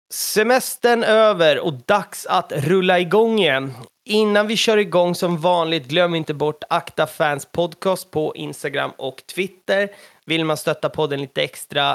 Semestern över och dags att rulla igång igen. Innan vi kör igång som vanligt, glöm inte bort Akta Fans Podcast på Instagram och Twitter. Vill man stötta podden lite extra,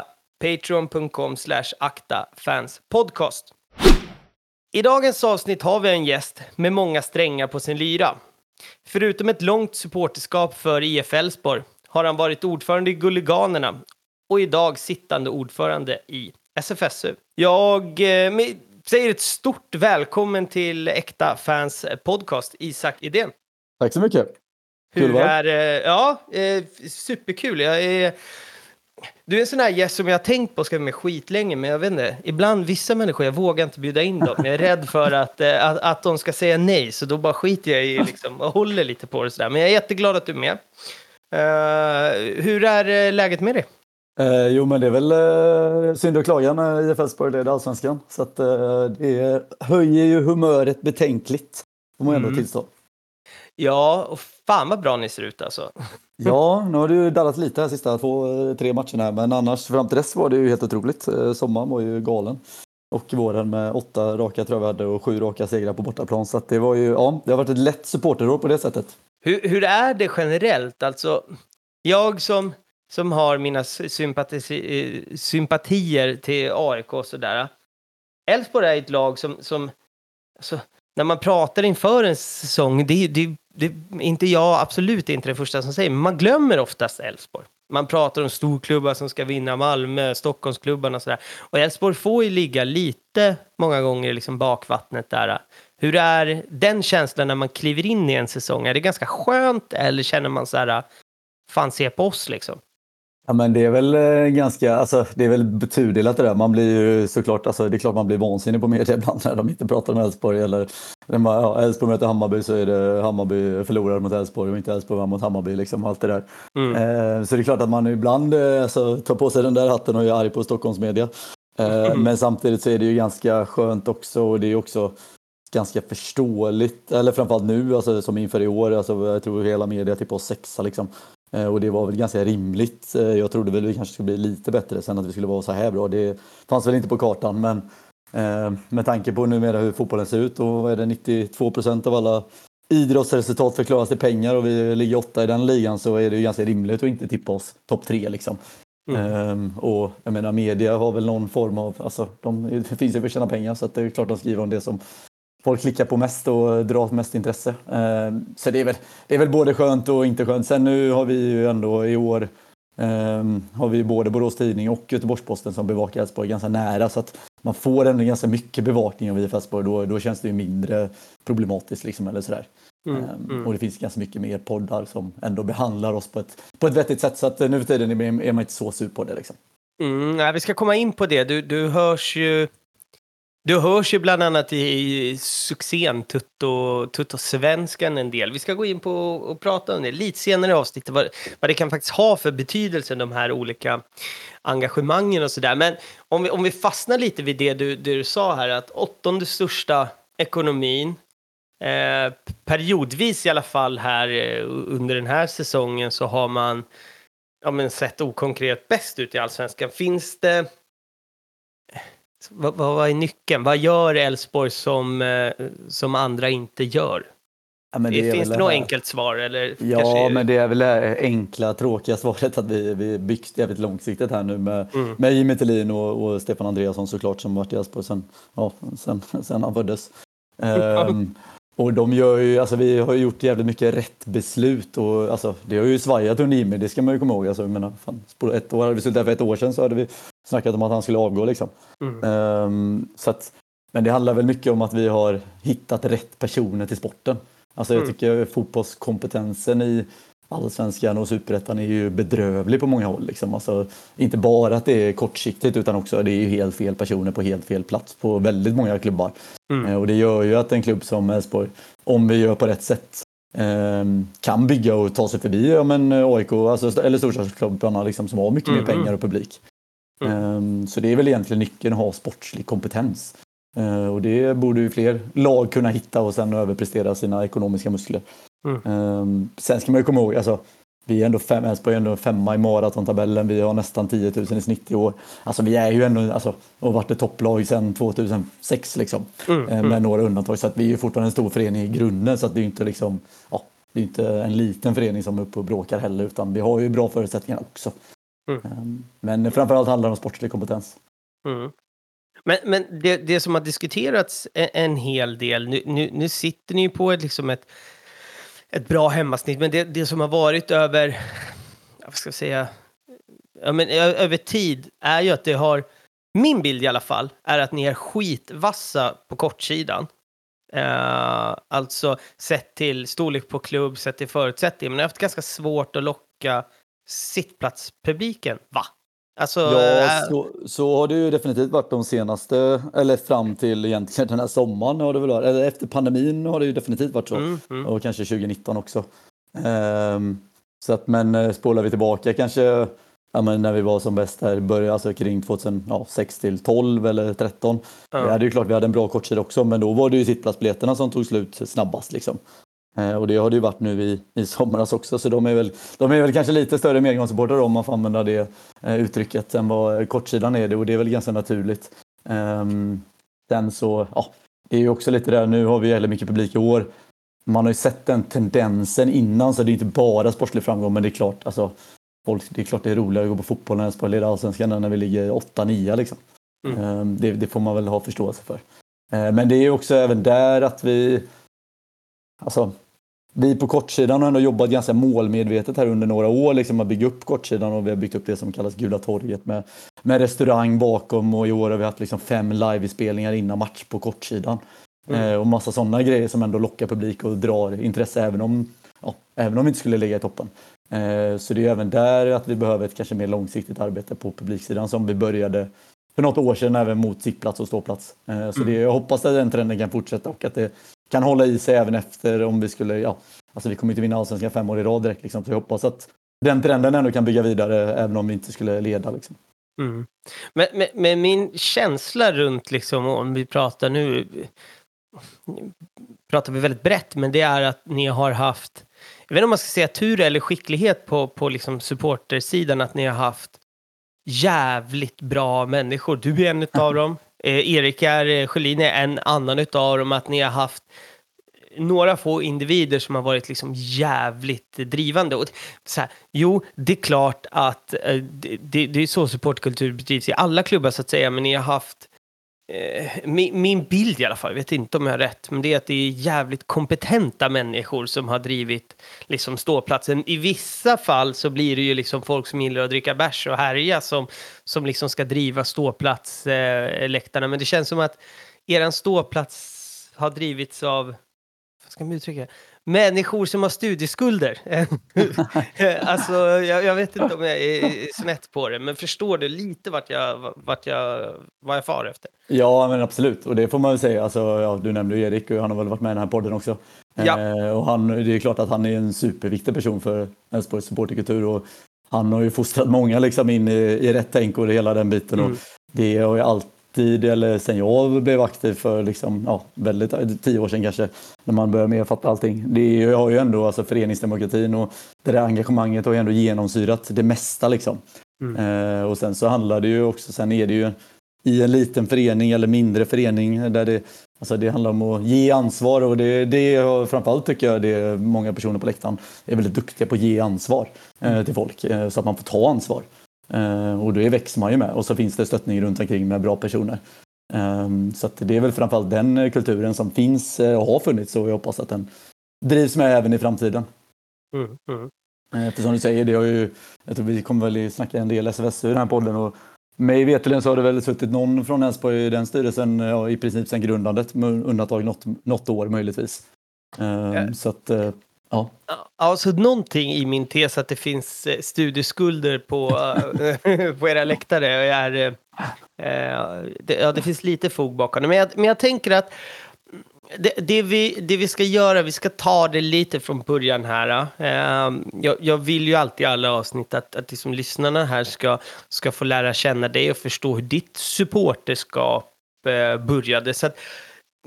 patreon.com/aktafanspodcast. I dagens avsnitt har vi en gäst med många strängar på sin lyra. Förutom ett långt supporterskap för IF Elfsborg har han varit ordförande i Gulliganerna och idag sittande ordförande i SFSU. Jag säger ett stort välkommen till Äkta Fans Podcast, Isak Idén. Tack så mycket. Kul, va? Superkul. Du är en sån här gäst som jag har tänkt på ska med skitlänge, men jag vet inte. Ibland, vissa människor, jag vågar inte bjuda in dem. Jag är rädd för att de ska säga nej, så då bara skiter jag i liksom, och håller lite på det sådär. Men jag är jätteglad att du är med. Hur är läget med dig? Jo, men det är väl synd och klagan i IF Elfsborg, det är det allsvenskan. Så att det höjer ju humöret betänkligt, får man ändå tillstå. Ja, och fan vad bra ni ser ut alltså. Ja, nu har du dallat lite här sista 2-3 matcherna här, men annars fram till dess var det ju helt otroligt. Sommaren var ju galen. Och våren med 8 raka tror jag vi hade och 7 raka segrar på bortaplan. Så att det var ju, ja, det har varit ett lätt supporterår på det sättet. Hur är det generellt? Alltså, jag som har mina sympatier till AIK och sådär. Elfsborg är ett lag som alltså, när man pratar inför en säsong, det inte jag, absolut inte det första som säger, men man glömmer oftast Elfsborg. Man pratar om storklubbar som ska vinna, Malmö, Stockholmsklubbarna och sådär. Och Elfsborg får ju ligga lite många gånger liksom bakvattnet där. Hur är den känslan när man kliver in i en säsong? Är det ganska skönt eller känner man så här, fan se på oss liksom? Ja, men det är väl ganska, alltså det är väl betudelat det där. Man blir ju såklart, alltså det är klart man blir vansinnig på media ibland när de inte pratar om Elfsborg eller när Elfsborg möter Hammarby så är det Hammarby förlorar mot Elfsborg och inte Elfsborg mot Hammarby liksom, allt det där. Så det är klart att man ibland tar på sig den där hatten och är arg på Stockholms media. Men samtidigt så är det ju ganska skönt också och det är också ganska förståeligt, eller framförallt nu alltså, som inför i år, alltså, jag tror hela media typ på 6 liksom. Och det var väl ganska rimligt. Jag trodde väl vi kanske skulle bli lite bättre sen att vi skulle vara så här bra. Det fanns väl inte på kartan, men med tanke på numera hur fotbollen ser ut och vad är det, 92% av alla idrottsresultat förklaras till pengar och vi ligger 8 i den ligan, så är det ju ganska rimligt att inte tippa oss topp 3 liksom. Och jag menar, media har väl någon form av, alltså det finns ju för att tjäna pengar, så att det är klart att de skriver om det som folk klickar på mest och drar mest intresse. Så det är väl både skönt och inte skönt. Sen nu har vi ju ändå i år har vi både Borås Tidning och Göteborgs-Posten som bevakar Elfsborg ganska nära. Så att man får ändå ganska mycket bevakning av IF Elfsborg. Då känns det ju mindre problematiskt liksom, eller sådär. Och det finns ganska mycket mer poddar som ändå behandlar oss på ett vettigt sätt. Så att nu för tiden är man inte så sur på det liksom. Nej, vi ska komma in på det. Du hörs ju bland annat i succén Tutto-svenskan en del. Vi ska gå in på och prata om det lite senare i avsnittet. Vad det kan faktiskt ha för betydelse, de här olika engagemangen och sådär. Men om vi fastnar lite vid det du sa här, att 8:e största ekonomin, periodvis i alla fall här under den här säsongen, så har man sett okonkret bäst ut i allsvenskan. Finns det... Vad är nyckeln? Vad gör Elfsborg som andra inte gör? Ja, men finns det något enkelt svar? Eller ja, men det är väl det enkla, tråkiga svaret att vi byggt jävligt långsiktigt här nu med Jimmy Thelin och Stefan Andreasson såklart, som varit i Elfsborg sen han föddes. Och de gör ju, alltså vi har gjort jävligt mycket rätt beslut och alltså det har ju svajat under Jimmy, det ska man ju komma ihåg. Alltså, jag menar, hade vi suttit där för 1 år sedan så hade vi snackat om att han skulle avgå liksom. Så att, men det handlar väl mycket om att vi har hittat rätt personer till sporten. Alltså jag tycker fotbollskompetensen i allsvenskan och superettan är ju bedrövlig på många håll liksom. Alltså, inte bara att det är kortsiktigt utan också det är ju helt fel personer på helt fel plats på väldigt många klubbar. Och det gör ju att en klubb som Elfsborg, om vi gör på rätt sätt, kan bygga och ta sig förbi AIK alltså, eller storstadsklubbarna liksom, som har mycket mer pengar och publik. Så det är väl egentligen nyckeln att ha sportslig kompetens. Och det borde ju fler lag kunna hitta och sen överprestera sina ekonomiska muskler. Sen ska man ju komma ihåg, alltså, vi är ändå Elfsborg är ändå 5:a i maratontabellen. Vi har nästan 10 000 i snitt i år. Alltså vi är ju ändå, alltså, och varit ett topplag sedan 2006 liksom. Med några undantag. Så att vi är ju fortfarande en stor förening i grunden. Så att det är ju inte liksom, ja, det är inte en liten förening som är uppe och bråkar heller. Utan vi har ju bra förutsättningar också. Men framförallt handlar det om sportslig kompetens. Men det som har diskuterats en hel del, nu sitter ni ju på ett bra hemmasnitt, men det som har varit över, vad ska jag säga, ja, men över tid är ju att det har, min bild i alla fall, är att ni är skitvassa på kortsidan. Alltså sett till storlek på klubb, sett till förutsättningar, men ni har haft ganska svårt att locka sittplatspubliken, va? Alltså, Ja, så har det ju definitivt varit de senaste, eller fram till egentligen den här sommaren har det väl varit, eller efter pandemin har det ju definitivt varit så. Och kanske 2019 också. Så att, men spolar vi tillbaka kanske, ja, men när vi var som bäst här, började alltså kring 2006 till 12 eller 13. Det är ju klart vi hade en bra kortsida också, men då var det ju sittplatsbiljetterna som tog slut snabbast liksom. Och det har det ju varit nu i somras också, så de är väl kanske lite större medgångssupportrar om man får använda det uttrycket än vad kortsidan är det, och det är väl ganska naturligt. Sen så, ja, det är ju också lite där, nu har vi väldigt mycket publik i år. Man har ju sett den tendensen innan, så det är inte bara sportslig framgång, men det är klart, alltså, det är klart det är roligare att gå på fotboll än att leda allsvenskan när vi ligger 8-9 liksom. Det får man väl ha förståelse för. Men det är ju också även där att vi på kortsidan har ändå jobbat ganska målmedvetet här under några år liksom, att bygga upp kortsidan, och vi har byggt upp det som kallas Gula torget med restaurang bakom, och i år har vi haft liksom 5 livespelningar innan match på kortsidan. Och massa sådana grejer som ändå lockar publik och drar intresse även om vi inte skulle ligga i toppen. Så det är även där att vi behöver ett kanske mer långsiktigt arbete på publiksidan som vi började för något år sedan även mot sittplats och ståplats. Så jag hoppas att den trenden kan fortsätta och att det kan hålla i sig även efter om vi skulle, alltså vi kommer inte vinna allsvenskan 5 år i rad direkt liksom. Så jag hoppas att den trenden ändå kan bygga vidare även om vi inte skulle leda liksom. Men min känsla runt liksom, om vi pratar nu, pratar vi väldigt brett, men det är att ni har haft, jag vet inte om man ska säga tur eller skicklighet på liksom supportersidan, att ni har haft jävligt bra människor. Du är en av dem. Erik Sjölin är en annan utav dem. Att ni har haft några få individer som har varit liksom jävligt drivande. Och så här, jo, det är klart att det är så supportkultur bedrivs i alla klubbar så att säga, men ni har haft min bild i alla fall, jag vet inte om jag har rätt, men det är att det är jävligt kompetenta människor som har drivit liksom ståplatsen. I vissa fall så blir det ju liksom folk som gillar att dricka bärs och härja som liksom ska driva ståplatsläktarna, men det känns som att eran ståplats har drivits av, vad ska man uttrycka, människor som har studieskulder. Alltså, jag vet inte om jag är snett på det, men förstår du lite vad jag far efter? Ja, men absolut. Och det får man väl säga. Alltså, du nämnde ju Erik och han har väl varit med i den här podden också. Ja. Och det är klart att han är en superviktig person för Elfsborgs supporterkultur, och han har ju fostrat många liksom in i rätt tänk och hela den biten. Och det har ju alltid, eller sen jag blev aktiv för liksom, väldigt 10 år sedan kanske, när man börjar mer fatta allting. Det har ju ändå, alltså föreningsdemokratin och det där engagemanget har ju ändå genomsyrat det mesta liksom. Och sen så handlar det ju också, sen är det ju i en liten förening eller mindre förening där det handlar om att ge ansvar, och det framförallt tycker jag det många personer på läktaren är väldigt duktiga på att ge ansvar till folk, så att man får ta ansvar. Och då växer man ju med, och så finns det stöttning runt omkring med bra personer. Så att det är väl framförallt den kulturen som finns och har funnits, och jag hoppas att den drivs med även i framtiden. Eftersom du säger, det har ju, jag tror vi kommer väl snacka en del SFS i den här podden, och mig vetligen så har det väl suttit någon från Elfsborg i den styrelsen i princip sedan grundandet, med undantag något år möjligtvis. Så att ja. Alltså någonting i min tes att det finns studieskulder på era läktare det finns lite fog bakom det. Men jag tänker att det vi ska göra, vi ska ta det lite från början här. Jag vill ju alltid i alla avsnitt att liksom lyssnarna här ska få lära känna dig och förstå hur ditt supporterskap började. Så att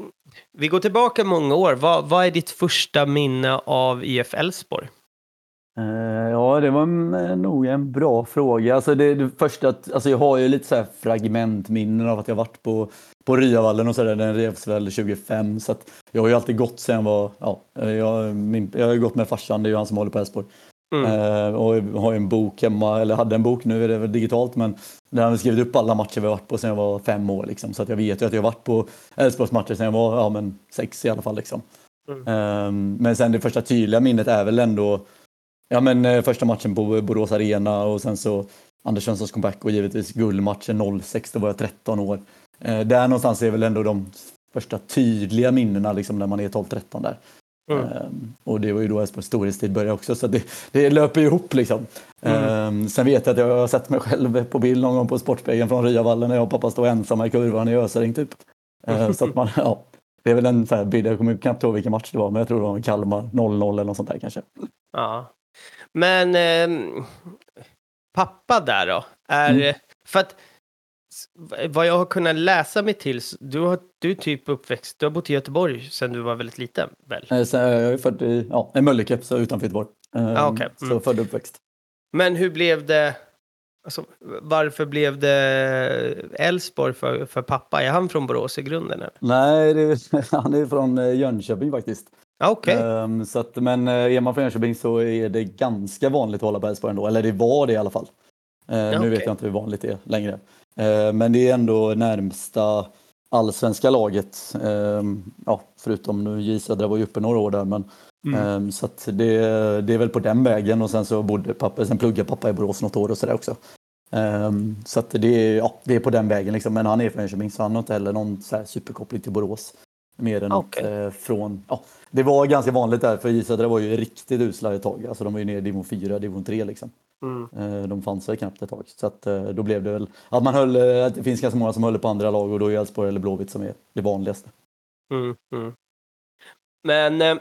vi går tillbaka många år. Vad är ditt första minne av IF Elfsborg? Ja, det var nog en bra fråga. Alltså det första, alltså jag har ju lite så här fragmentminnen av att jag varit på Ryavallen och så där. Den revs väl 2005, så att jag har ju alltid gått sen jag var, ja, jag har ju gått med farsan, det är ju han som håller på Elfsborg. Och jag har ju en bok hemma, eller hade en bok, nu är det väl digitalt, men där har vi skrivit upp alla matcher vi har varit på sen jag var 5 år liksom. Så att jag vet ju att jag har varit på Elfsborgs matcher sen jag var 6 i alla fall liksom. Men sen det första tydliga minnet är väl ändå första matchen på Borås Arena, och sen så Anders Svenssons comeback, och givetvis guldmatchen 06, då var jag 13 år. Där någonstans är väl ändå de första tydliga minnena liksom, när man är 12-13 där. Och det var ju då Elfsborgs storhetstid började också, så det löper ju ihop liksom. Sen vet jag att jag har sett mig själv på bild någon gång på Sportspegeln från Ryavallen när jag och pappa stod ensamma i kurvan i Ösering typ. Så att man, ja, det är väl en så här bild, jag kommer knappt ihåg vilken match det var, men jag tror det var en Kalmar 0-0 eller något sånt där kanske. Ja. Men pappa där då, för att vad jag har kunnat läsa mig till, du typ uppväxt, du har bott i Göteborg sedan du var väldigt liten väl? Sen jag är född i Mölnlycke, så utanför Göteborg. Så född och uppväxt. Men hur blev det, alltså, varför blev det Elfsborg för pappa? Är han från Borås i grunden eller? Nej, han är från Jönköping faktiskt. Så att, men är man från Jönköping så är det ganska vanligt att hålla på Elfsborg ändå, eller det var det i alla fall. Nu vet jag inte hur vanligt det är längre. Men det är ändå närmsta allsvenska laget. Förutom nu J Södra var ju uppe några år där, men så att det är väl på den vägen, och sen så sen pluggade pappa i Borås något år och sådär också. Så att det är på den vägen liksom, men han är från Jönköping, så han har inte heller någon så här superkoppling till Borås. Mer än från, det var ganska vanligt där, för J Södra var ju riktigt usla ett tag. Alltså de var ju nere i division 4, division 3 liksom. De fanns väl knappt ett tag. Så att då blev det väl att man höll, att det finns ganska många som håller på andra lag, och då är Elfsborg eller Blåvitt som är det vanligaste. Men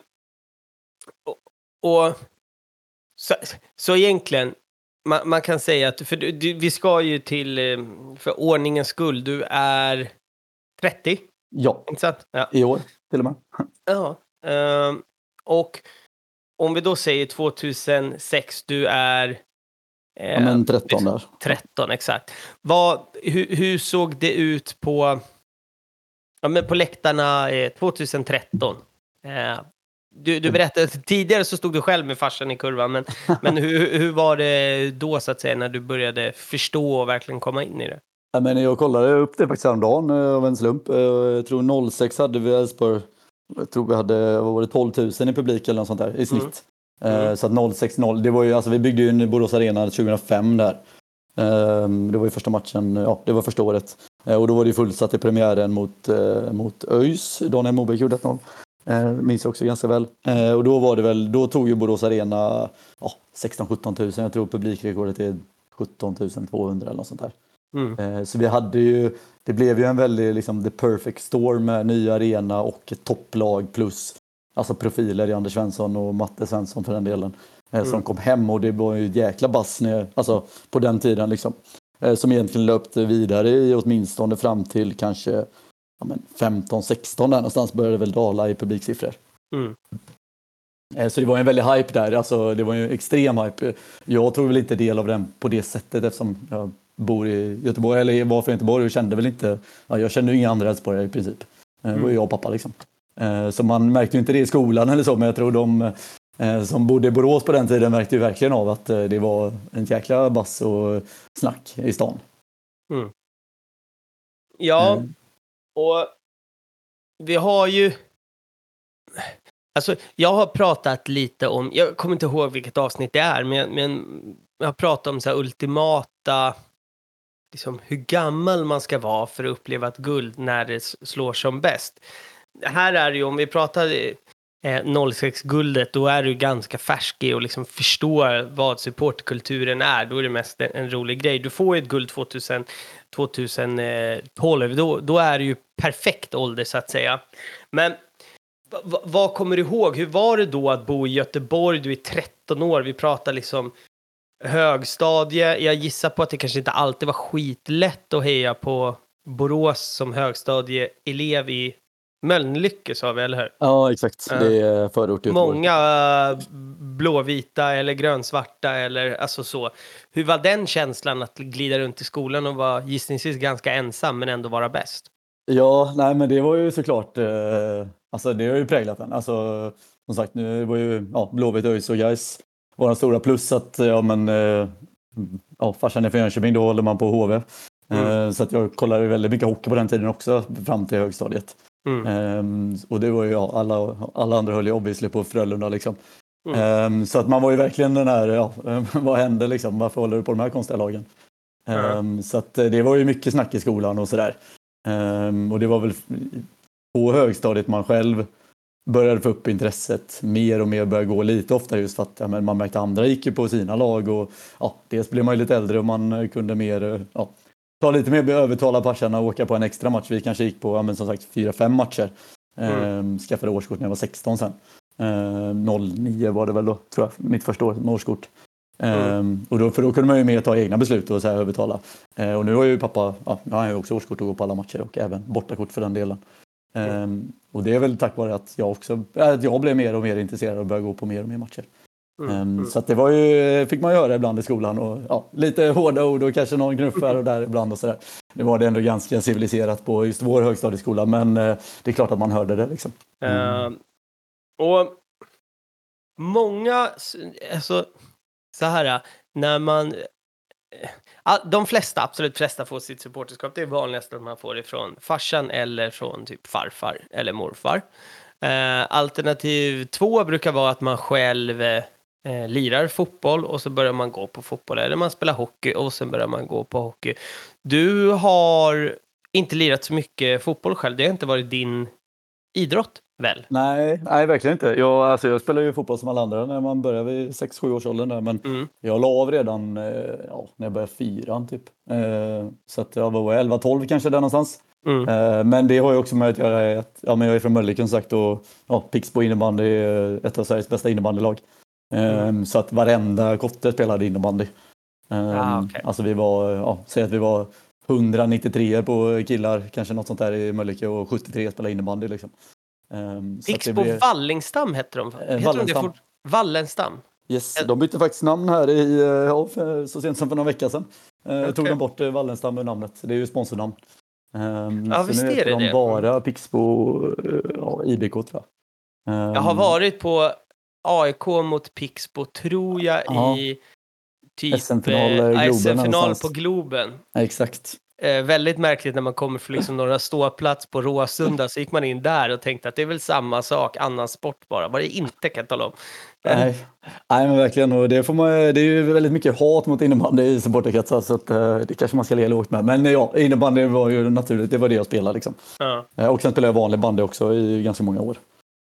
så egentligen man kan säga att, för vi ska ju till, för ordningens skull, du är 30. Ja, ja. I år till och med. Ja, och om vi då säger 2006, du är 13 där. 13, exakt. Hur såg det ut på läktarna 2013? Du berättade tidigare, så stod du själv med farsan i kurvan, men hur var det då, så att säga, när du började förstå och verkligen komma in i det? Ja, men jag kollade upp det faktiskt häromdagen av en slump. Jag tror 06 hade vi Elfsborg. Jag tror vi hade 12 000 i publik eller något sånt där i snitt. Så att 06-0, det var ju, alltså vi byggde ju en Borås Arena 2005 där. Det var ju första matchen, det var första året. Och då var det ju fullsatt i premiären mot ÖIS. Daniel Moberg gjorde 1-0. Minns jag också ganska väl. Och då var det väl, då tog ju Borås Arena 16-17 000. Jag tror publikrekordet är 17 200 eller något sånt där. Så vi hade ju, det blev ju en väldigt liksom the perfect storm med nya arena och ett topplag plus alltså profiler i Anders Svensson och Matte Svensson för den delen som kom hem, och det var ju ett jäkla bass alltså på den tiden liksom, som egentligen löpte vidare i åtminstone fram till kanske 15-16 där någonstans började väl dala i publiksiffror. Så det var en väldigt hype där, alltså det var ju extrem hype. Jag tog väl inte del av den på det sättet eftersom jag bor i Göteborg, eller var från Göteborg, och kände väl inte, jag kände ju inga andra Elfsborgare i princip. Det var jag och pappa liksom. Så man märkte ju inte det i skolan eller så, men jag tror de som bodde i Borås på den tiden märkte ju verkligen av att det var en jäkla bass och snack i stan. Ja, och vi har ju, alltså jag har pratat lite om, jag kommer inte ihåg vilket avsnitt det är, men jag har pratat om så här ultimata, liksom hur gammal man ska vara för att uppleva ett guld när det slår som bäst. Här är det ju, om vi pratar 06-guldet, då är du ganska färsk i och liksom förstår vad supportkulturen är. Då är det mest en rolig grej. Du får ett guld 2012, då är det ju perfekt ålder så att säga. Men vad kommer du ihåg? Hur var det då att bo i Göteborg? Du är 13 år, vi pratar liksom högstadie. Jag gissar på att det kanske inte alltid var skitlätt att heja på Borås som högstadieelev i Mölnlycke sa vi, eller hur? Ja, exakt. Det är förort till Göteborg. Många blåvita eller grönsvarta eller alltså så. Hur var den känslan att glida runt i skolan och vara gissningsvis ganska ensam men ändå vara bäst? Ja, nej men det var ju såklart, alltså det har ju präglat den. Alltså som sagt, nu var ju Blåvitt, ÖIS och Gais våra stora plus att farsan är från Jönköping, då håller man på HV. Så att jag kollade väldigt mycket hockey på den tiden också fram till högstadiet. Och det var ju alla andra höll ju obviously på Frölunda liksom. Så att man var ju verkligen den här, vad hände liksom, varför håller du på de här konstiga lagen? Så att det var ju mycket snack i skolan och sådär. Och det var väl på högstadiet man själv började få upp intresset mer och mer, började gå lite ofta just för att man märkte andra gick ju på sina lag och dels blev man ju lite äldre och man kunde mer ta lite mer, övertala parserna och åka på en extra match. Vi kanske gick på som sagt 4-5 matcher. Skaffade årskort när jag var 16 sen. 09 var det väl då, tror jag, mitt första år med årskort. Och då kunde man ju mer ta egna beslut och så här övertala. Och nu har ju pappa, han har ju också årskort och går på alla matcher och även bortakort för den delen. Och det är väl tack vare att jag blev mer och mer intresserad och började gå på mer och mer matcher. Så att det var ju, fick man göra ibland i skolan och lite hårda ord och kanske någon knuff här och där ibland och sådär. Det var det ändå ganska civiliserat på just vår högstadieskola, men det är klart att man hörde det liksom. Och många, alltså så här, när man de absolut flesta får sitt supporterskap. Det är vanligast att man får det från farsan eller från typ farfar eller morfar. Alternativ 2 brukar vara att man själv lirar fotboll och så börjar man gå på fotboll. Eller man spelar hockey och sen börjar man gå på hockey. Du har inte lirat så mycket fotboll själv. Det har inte varit din idrott, väl? Nej, verkligen inte. Jag spelar ju fotboll som alla andra när man börjar vid 6-7 års åldern där, men jag la av redan när jag började 4 typ. Så att jag var 11-12 kanske där någonstans. Men det har ju också med att jag är från Mölnlycke som sagt och Pixbo innebandy är ett av Sveriges bästa innebandylag. Så att varenda kotte spelade innebandy. Okay. Alltså vi var, säg att vi var 193 på killar, kanske något sånt där i Mölnlycke och 73 spelade innebandy liksom. Pixbo Wallingstam hette de. Wallenstam. Yes, de bytte faktiskt namn här så sent som för några veckor sedan. Tog de bort Wallenstam ur namnet. Det är ju sponsornamn. Visst nu är heter de bara Pixbo IBK tror jag. Jag har varit på AIK mot Pixbo tror jag i typ SM-final på Globen. Ja, exakt. Väldigt märkligt när man kommer för liksom några ståplats på Råsunda, så gick man in där och tänkte att det är väl samma sak, annan sport bara. Vad det inte kan jag tala om. Nej men verkligen, och det är ju väldigt mycket hat mot innebandy i supporterkretsar, så att, det kanske man ska le lågt med. Men innebandy var ju naturligt, det var det jag spelade liksom. Och sen spelade jag vanlig bandy också i ganska många år.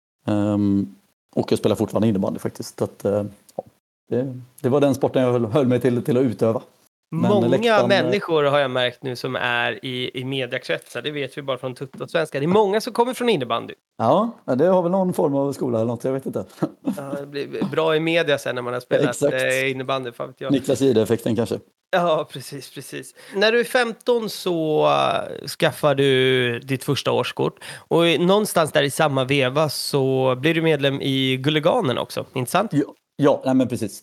Och jag spelar fortfarande innebandy faktiskt. Så att, det var den sporten jag höll mig till att utöva. Många människor har jag märkt nu som är i mediakretsar, det vet vi bara från Tutto-svenska. Det är många som kommer från innebandy. Ja, det har väl någon form av skola eller något, jag vet inte. Det blir bra i media sen när man har spelat innebandy. Niklas Jihde-effekten kanske. Ja, precis. När du är 15 så skaffar du ditt första årskort. Och någonstans där i samma veva så blir du medlem i Gulliganen också, inte sant? Ja, nej men precis.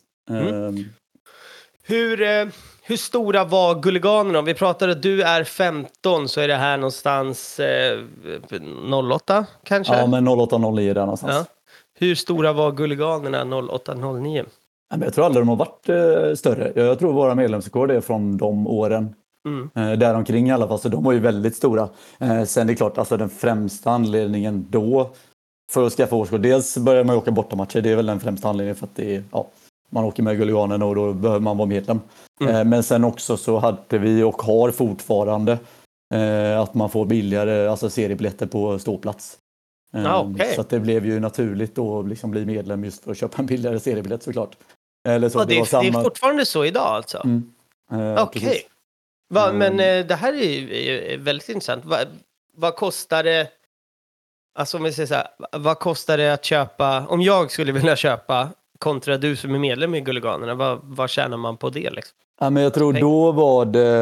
Hur stora var Gulliganerna? Om vi pratar att du är 15 så är det här någonstans 08 kanske? Ja, men 08-09 där någonstans. Ja. Hur stora var Gulliganerna 08-09? Jag tror aldrig de har varit större. Jag tror våra medlemsrekord är från de åren. Däromkring i alla fall, så de var ju väldigt stora. Sen det är klart, alltså den främsta anledningen då för att skaffa årskort, dels börjar man åka bortamatcher, det är väl den främsta anledningen för att det är, man åker med Gulliganen och då behöver man vara medlem. Men sen också så hade vi och har fortfarande att man får billigare, alltså seriebiljetter på ståplats. Okay. Så att det blev ju naturligt då liksom bli medlem just för att köpa en billigare seriebiljett såklart. Eller så det är fortfarande så idag alltså? Okej. Men det här är väldigt intressant. Vad kostar det? Alltså om vi säger så här, vad kostar det att köpa, om jag skulle vilja köpa kontra du som är medlem i Gulliganerna, vad tjänar man på det liksom? Ja, men jag tror då var det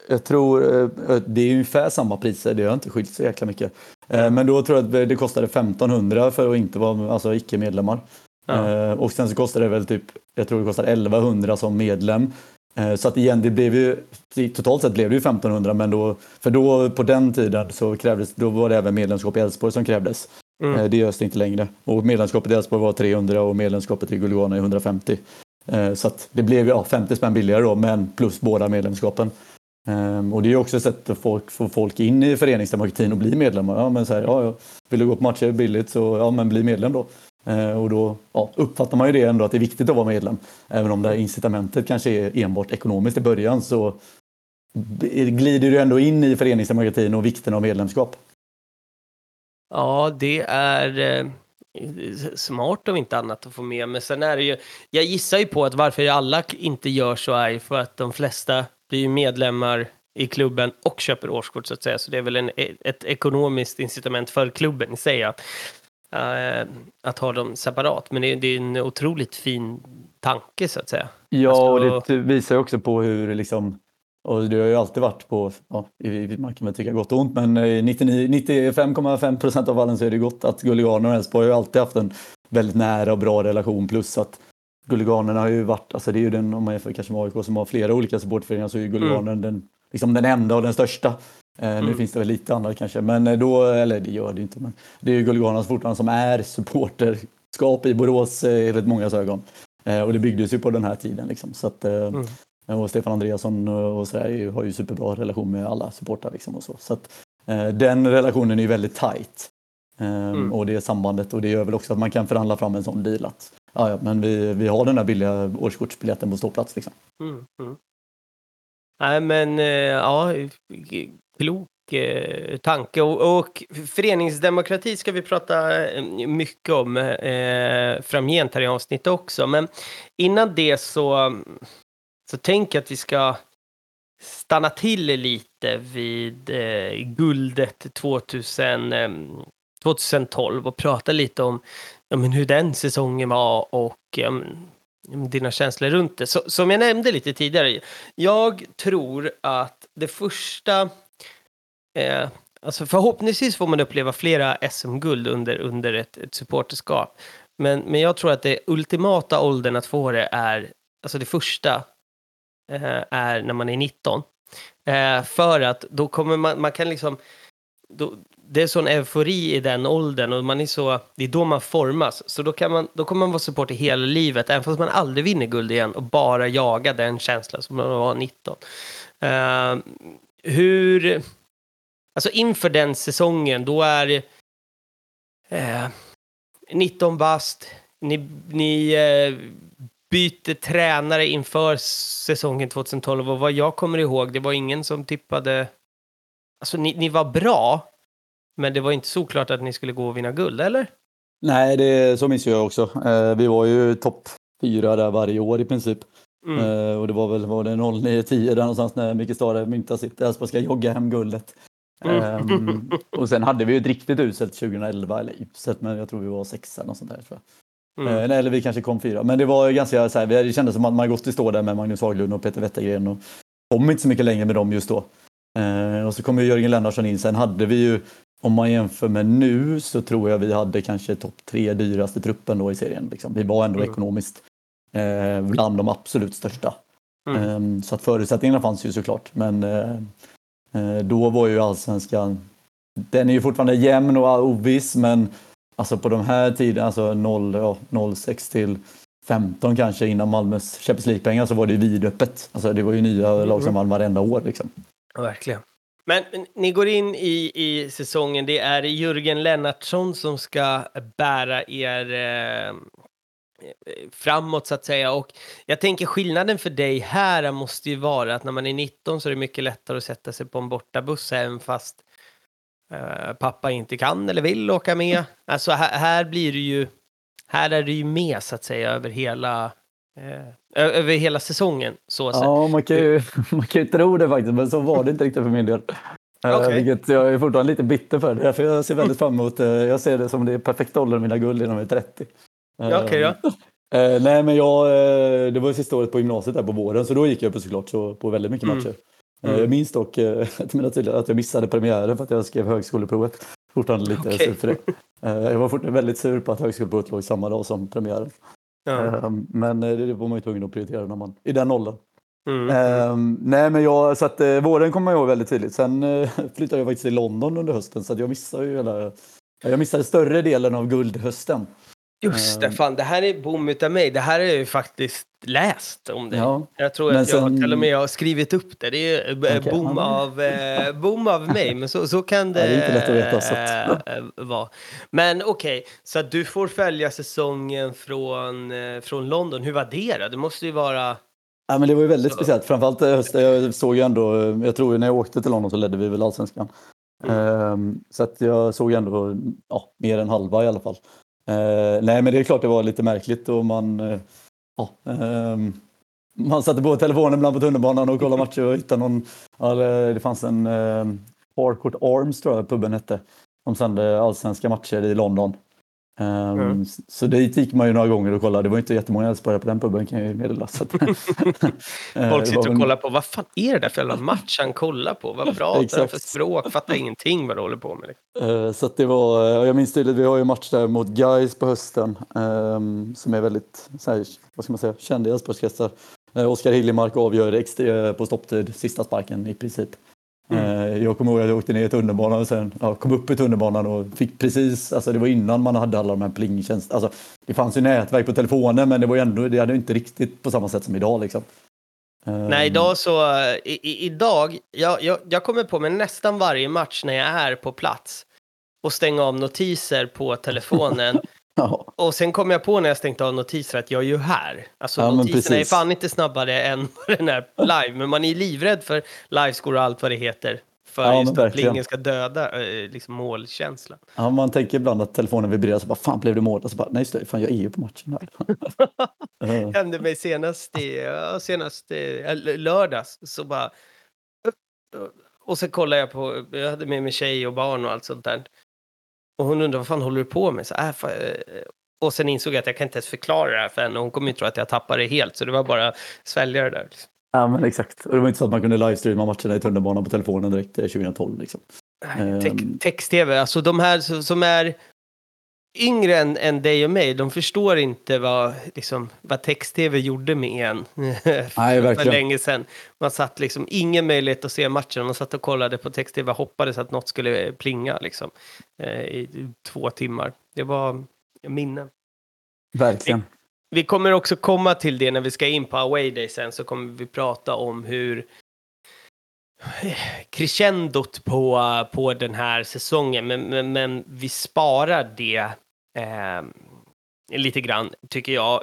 Jag tror det är ungefär samma priser, det har inte skilt så jäkla mycket. Men då tror jag att det kostade 1500 för att inte vara alltså icke-medlemmar. Och sen så kostade det väl typ, jag tror det kostade 1100 som medlem. Så att igen, det blev ju, totalt sett blev det ju 1500, men då, för då på den tiden så krävdes, då var det även medlemskap i Elfsborg som krävdes. Det görs det inte längre. Och medlemskapet i Elfsborg var 300 och medlemskapet i Guldgalan är 150. Så att det blev ju 50 spänn billigare då, men plus båda medlemskapen. Och det är ju också ett sätt att få folk in i föreningsdemokratin och bli medlemmar. Ja, men så här, vill du gå på matcher billigt så men bli medlem då. Och då uppfattar man ju det ändå att det är viktigt att vara medlem. Även om det här incitamentet kanske är enbart ekonomiskt i början så glider du ändå in i föreningsdemokratin och vikten av medlemskap. Ja, det är smart om inte annat att få med. Men sen är det ju, jag gissar ju på att varför alla inte gör så är för att de flesta blir medlemmar i klubben och köper årskort så att säga. Så det är väl ett ekonomiskt incitament för klubben i sig att ha dem separat. Men det är en otroligt fin tanke så att säga. Ja, och det visar ju också på hur liksom, och det har ju alltid varit på, man kan väl tycka gott och ont, men 95,5% av fallen så är det gott att Guldgalan och Elfsborg har ju alltid haft en väldigt nära och bra relation, plus att Guldgalan har ju varit, alltså det är ju den, om man jämför kanske med AIK som har flera olika supportföreningar, så är ju Guldgalan den enda och den största. Nu finns det väl lite andra kanske, men då, eller det gör det inte, men det är ju Guldgalan fortfarande som är supporterskap i Borås i rätt många ögon. Och det byggdes ju på den här tiden liksom, så att och Stefan Andreasson och så där har ju superbra relation med alla supportrar liksom och så att den relationen är ju väldigt tight. Och det sambandet, och det gör väl också att man kan förhandla fram en sån deal att men vi har den där billiga årskortsbiljetten på ståplats liksom. Nej men klok tanke och föreningsdemokrati ska vi prata mycket om framgent här i avsnittet också, men innan det så tänker jag att vi ska stanna till lite vid guldet 2012 och prata lite om hur den säsongen var och dina känslor runt det. Som jag nämnde lite tidigare, jag tror att det första alltså förhoppningsvis får man uppleva flera SM-guld under ett supporterskap, men jag tror att det ultimata åldern att få det är, alltså det första är när man är 19. För att då kommer man kan liksom, det är sån eufori i den åldern och man är så, det är då man formas. Så då kommer man vara supporter hela livet, även fast man aldrig vinner guld igen, och bara jaga den känslan som man var 19. Alltså inför den säsongen, då är 19 bast, ni byter tränare inför säsongen 2012, och vad jag kommer ihåg, det var ingen som tippade, alltså ni var bra, men det var inte så klart att ni skulle gå och vinna guld, eller? Nej, så minns jag också. Vi var ju topp 4 där varje år i princip. Och det var det 09-10 där någonstans när Micke Stare myntade sitt Elfsborg ska jogga hem guldet. Och sen hade vi ju ett riktigt uselt 2011, eller uselt, men jag tror vi var 6 eller något sånt där, tror jag. Eller vi kanske kom 4, men det var ganska så här, det kändes som att Margosti står där med Magnus Haglund och Peter Wettergren och kom inte så mycket längre med dem just då. Och så kom ju Jörgen Lennartsson in. Sen hade vi ju, om man jämför med nu, så tror jag vi hade kanske topp 3 dyraste truppen då i serien liksom. Vi var ändå ekonomiskt bland de absolut största. Så att förutsättningarna fanns ju såklart, men då var ju allsvenskan, den är ju fortfarande jämn och oviss, men alltså på de här tiderna, alltså 06 till 15 kanske innan Malmös Champions League-pengar, så var det ju vidöppet. Alltså det var ju nya lag som vann varenda år liksom. Ja, verkligen. Men ni går in i säsongen, det är Jörgen Lennartsson som ska bära er framåt så att säga, och jag tänker skillnaden för dig här måste ju vara att när man är 19 så är det mycket lättare att sätta sig på en bortabuss även fast pappa inte kan eller vill åka med. Alltså här är det ju med så att säga över hela säsongen så att säga. Ja, man kan ju tro det faktiskt, men så var det inte riktigt för min del. Vilket jag är fortfarande lite bitter för. Därför jag ser väldigt fram emot, jag ser det som det är perfekt ålder mina guld innan jag är 30. Okej. Nej, men det var ju sista året på gymnasiet där på våren, så då gick jag på såklart på väldigt mycket matcher. Jag minns dock att jag missade premiären för att jag skrev högskoleprovet. Fortfarande lite sur för det. Jag var fortfarande väldigt sur på att högskoleprovet låg samma dag som premiären. Ja. Men det var man ju tvungen att prioritera när man i den åldern. Nej, men så att våren kommer jag ihåg väldigt tydligt. Sen flyttade jag faktiskt till London under hösten, så att jag missade ju jag missade större delen av guldhösten. Just det, fan, det här är bom utav mig. Det här är ju faktiskt läst om det. Ja, jag tror att jag till och med har skrivit upp det. Det är bom av mig, men så kan det, det är inte lätt att veta, så att... vara. Men okej, så att du får följa säsongen från London. Hur var det då? Det måste ju vara... Ja, men det var ju väldigt speciellt. Framförallt hösten, jag såg ju ändå, jag tror när jag åkte till London så ledde vi väl Allsvenskan. Så att jag såg ändå mer än halva i alla fall. Nej, men det är klart det var lite märkligt och man satte på telefonen ibland på tunnelbanan och kollade matcher och hittade någon, det fanns en Harcourt Arms tror jag puben hette, som sände allsvenska matcher i London. Så dit gick man ju några gånger och kollade. Det var inte jättemånga Elfsborgare på den puben, kan jag ju meddela. Folk sitter och kollar på, vad fan är det där för jävla match han kollar på? Vad bra det är för språk, fattar ingenting vad du håller på med. Så att det var, jag minns tydligt, vi har ju match där mot Gais på hösten, som är väldigt, så här, vad ska man säga, kända i Elfsborgskretsar. Oskar Hiljemark avgör på stopptid, sista sparken i princip. Jag kommer ihåg att jag åkte ner i tunnelbanan och sen kom upp i tunnelbanan och fick precis, alltså det var innan man hade alla de här plingtjänst, alltså det fanns ju nätverk på telefonen, men det var ju ändå, det hade inte riktigt på samma sätt som idag liksom. Nej, idag så idag, jag kommer på mig nästan varje match när jag är på plats och stänga av notiser på telefonen. Och sen kom jag på när jag stängt av notiser att jag är ju här. Alltså notiserna är fan inte snabbare än den här live. Men man är livrädd för livescore och allt vad det heter. För just att plingen ska döda liksom målkänslan. Ja, man tänker ibland att telefonen vibrerar så bara, fan blev det mål? Och så bara, nej just det, fan jag är ju på matchen här. Hände mig senast lördags. Så bara... Och så kollade jag på, jag hade med mig tjej och barn och allt sånt där. Och hon undrar, vad fan håller du på med? Så, och sen insåg jag att jag kan inte ens förklara det här för henne. Och hon kommer ju tro att jag tappar det helt. Så det var bara svälja det där. Liksom. Ja, men exakt. Och det var inte så att man kunde livestreama matcherna i tunnelbanan på telefonen direkt 2012. Liksom. Text-tv, alltså de här som är yngre än dig och mig, de förstår inte vad text-tv gjorde med en. För länge sedan. Man satt liksom ingen möjlighet att se matchen. Man satt och kollade på text-tv och hoppades att något skulle plinga liksom, i 2 timmar. Det var minnen. Verkligen. Vi kommer också komma till det när vi ska in på Away Day sen, så kommer vi prata om hur crescendot på den här säsongen, men vi sparar det lite grann, tycker jag.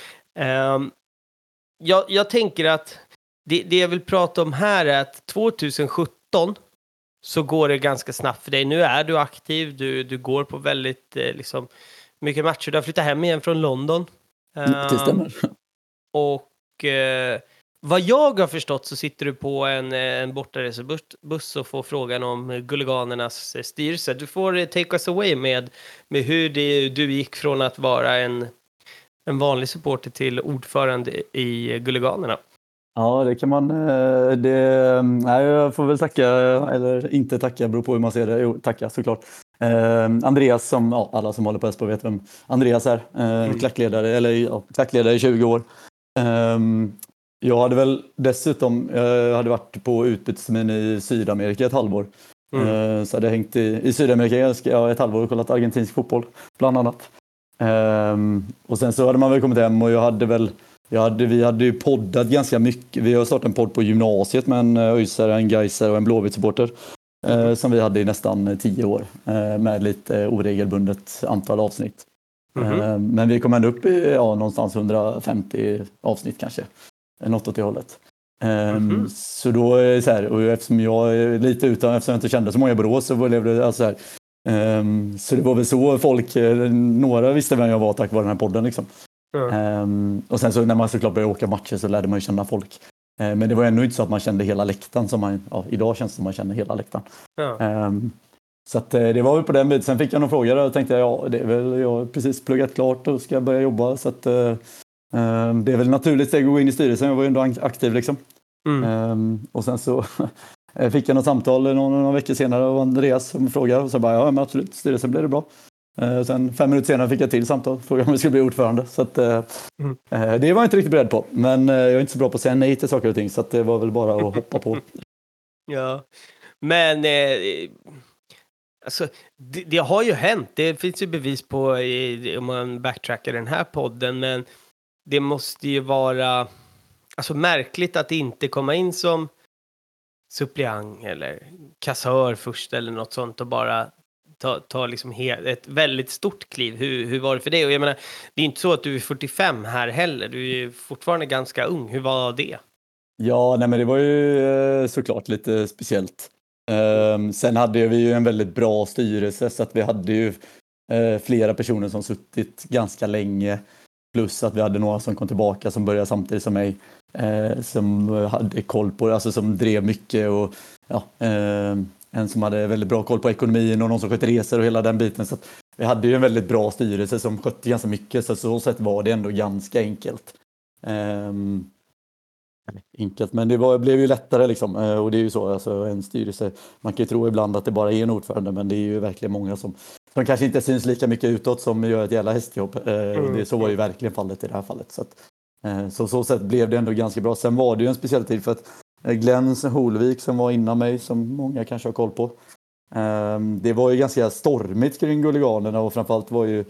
Jag tänker att det jag vill prata om här är att 2017 så går det ganska snabbt för dig. Nu är du aktiv, du går på väldigt liksom mycket matcher. Du har flyttat hem igen från London. Det stämmer. Och vad jag har förstått så sitter du på en bortaresebuss och får frågan om Guliganernas styrelse. Du får take us away med hur du gick från att vara en vanlig supporter till ordförande i Guliganerna. Ja, det kan man... jag får väl tacka, eller inte tacka, beror på hur man ser det. Jo, tacka såklart. Andreas, som alla som håller på Elfsborg vet vem Andreas är. Klackledare i 20 år. Jag hade väl dessutom varit på utbytesmin i Sydamerika ett halvår. Så hade jag hängt i Sydamerika ett halvår och kollat argentinsk fotboll bland annat. Och sen så hade man väl kommit hem och vi hade ju poddat ganska mycket. Vi har startat en podd på gymnasiet med en öjsare, en gaisare och en Blåvitt-supporter som vi hade i nästan 10 år med lite oregelbundet antal avsnitt. Men vi kom ändå upp i någonstans 150 avsnitt kanske. Något åt det hållet. Så då är det så här, och eftersom jag är lite eftersom jag inte kände så många i Borås så blev det alltså här. Så det var väl så folk, några visste vem jag var tack vare den här podden liksom. Och sen så när man såklart började åka matcher så lärde man ju känna folk. Men det var ändå inte så att man kände hela läktaren som man, idag känns det som man känner hela läktaren. Så att det var väl på den biten. Sen fick jag någon fråga och tänkte det är väl, jag har precis pluggat klart och ska börja jobba så att det är väl naturligt steg att gå in i styrelsen. Jag var ju ändå aktiv liksom. Och sen så fick jag något samtal några veckor senare av Andreas som frågade och så bara, ja men absolut, styrelsen blir det bra. Sen 5 minuter senare fick jag till samtal, frågade om jag skulle bli ordförande. Så att, det var jag inte riktigt beredd på, men jag är inte så bra på att säga nej till saker och ting, så att det var väl bara att hoppa på. Ja, men alltså, det har ju hänt. Det finns ju bevis på om man backtrackar den här podden, men det måste ju vara alltså märkligt att inte komma in som suppleant eller kassör först eller något sånt och bara ta liksom ett väldigt stort kliv. Hur var det för dig? Och jag menar, det är inte så att du är 45 här heller. Du är ju fortfarande ganska ung. Hur var det? Ja, nej men det var ju såklart lite speciellt. Sen hade vi ju en väldigt bra styrelse, så att vi hade ju flera personer som suttit ganska länge, plus att vi hade några som kom tillbaka som började samtidigt som mig, som hade koll på det, alltså som drev mycket, och ja, en som hade väldigt bra koll på ekonomin och någon som skötte resor och hela den biten. Så att vi hade ju en väldigt bra styrelse som skötte ganska mycket, så sätt var det ändå ganska enkelt. Enkelt, men det blev ju lättare liksom, och det är ju så, alltså en styrelse, man kan ju tro ibland att det bara är en ordförande, men det är ju verkligen många som kanske inte syns lika mycket utåt som gör ett jävla hästjobb. Så var ju verkligen fallet i det här fallet, så att, så sätt blev det ändå ganska bra. Sen var det ju en speciell tid för att Glenn Holvik som var innan mig, som många kanske har koll på, det var ju ganska stormigt kring Guliganerna, och framförallt var ju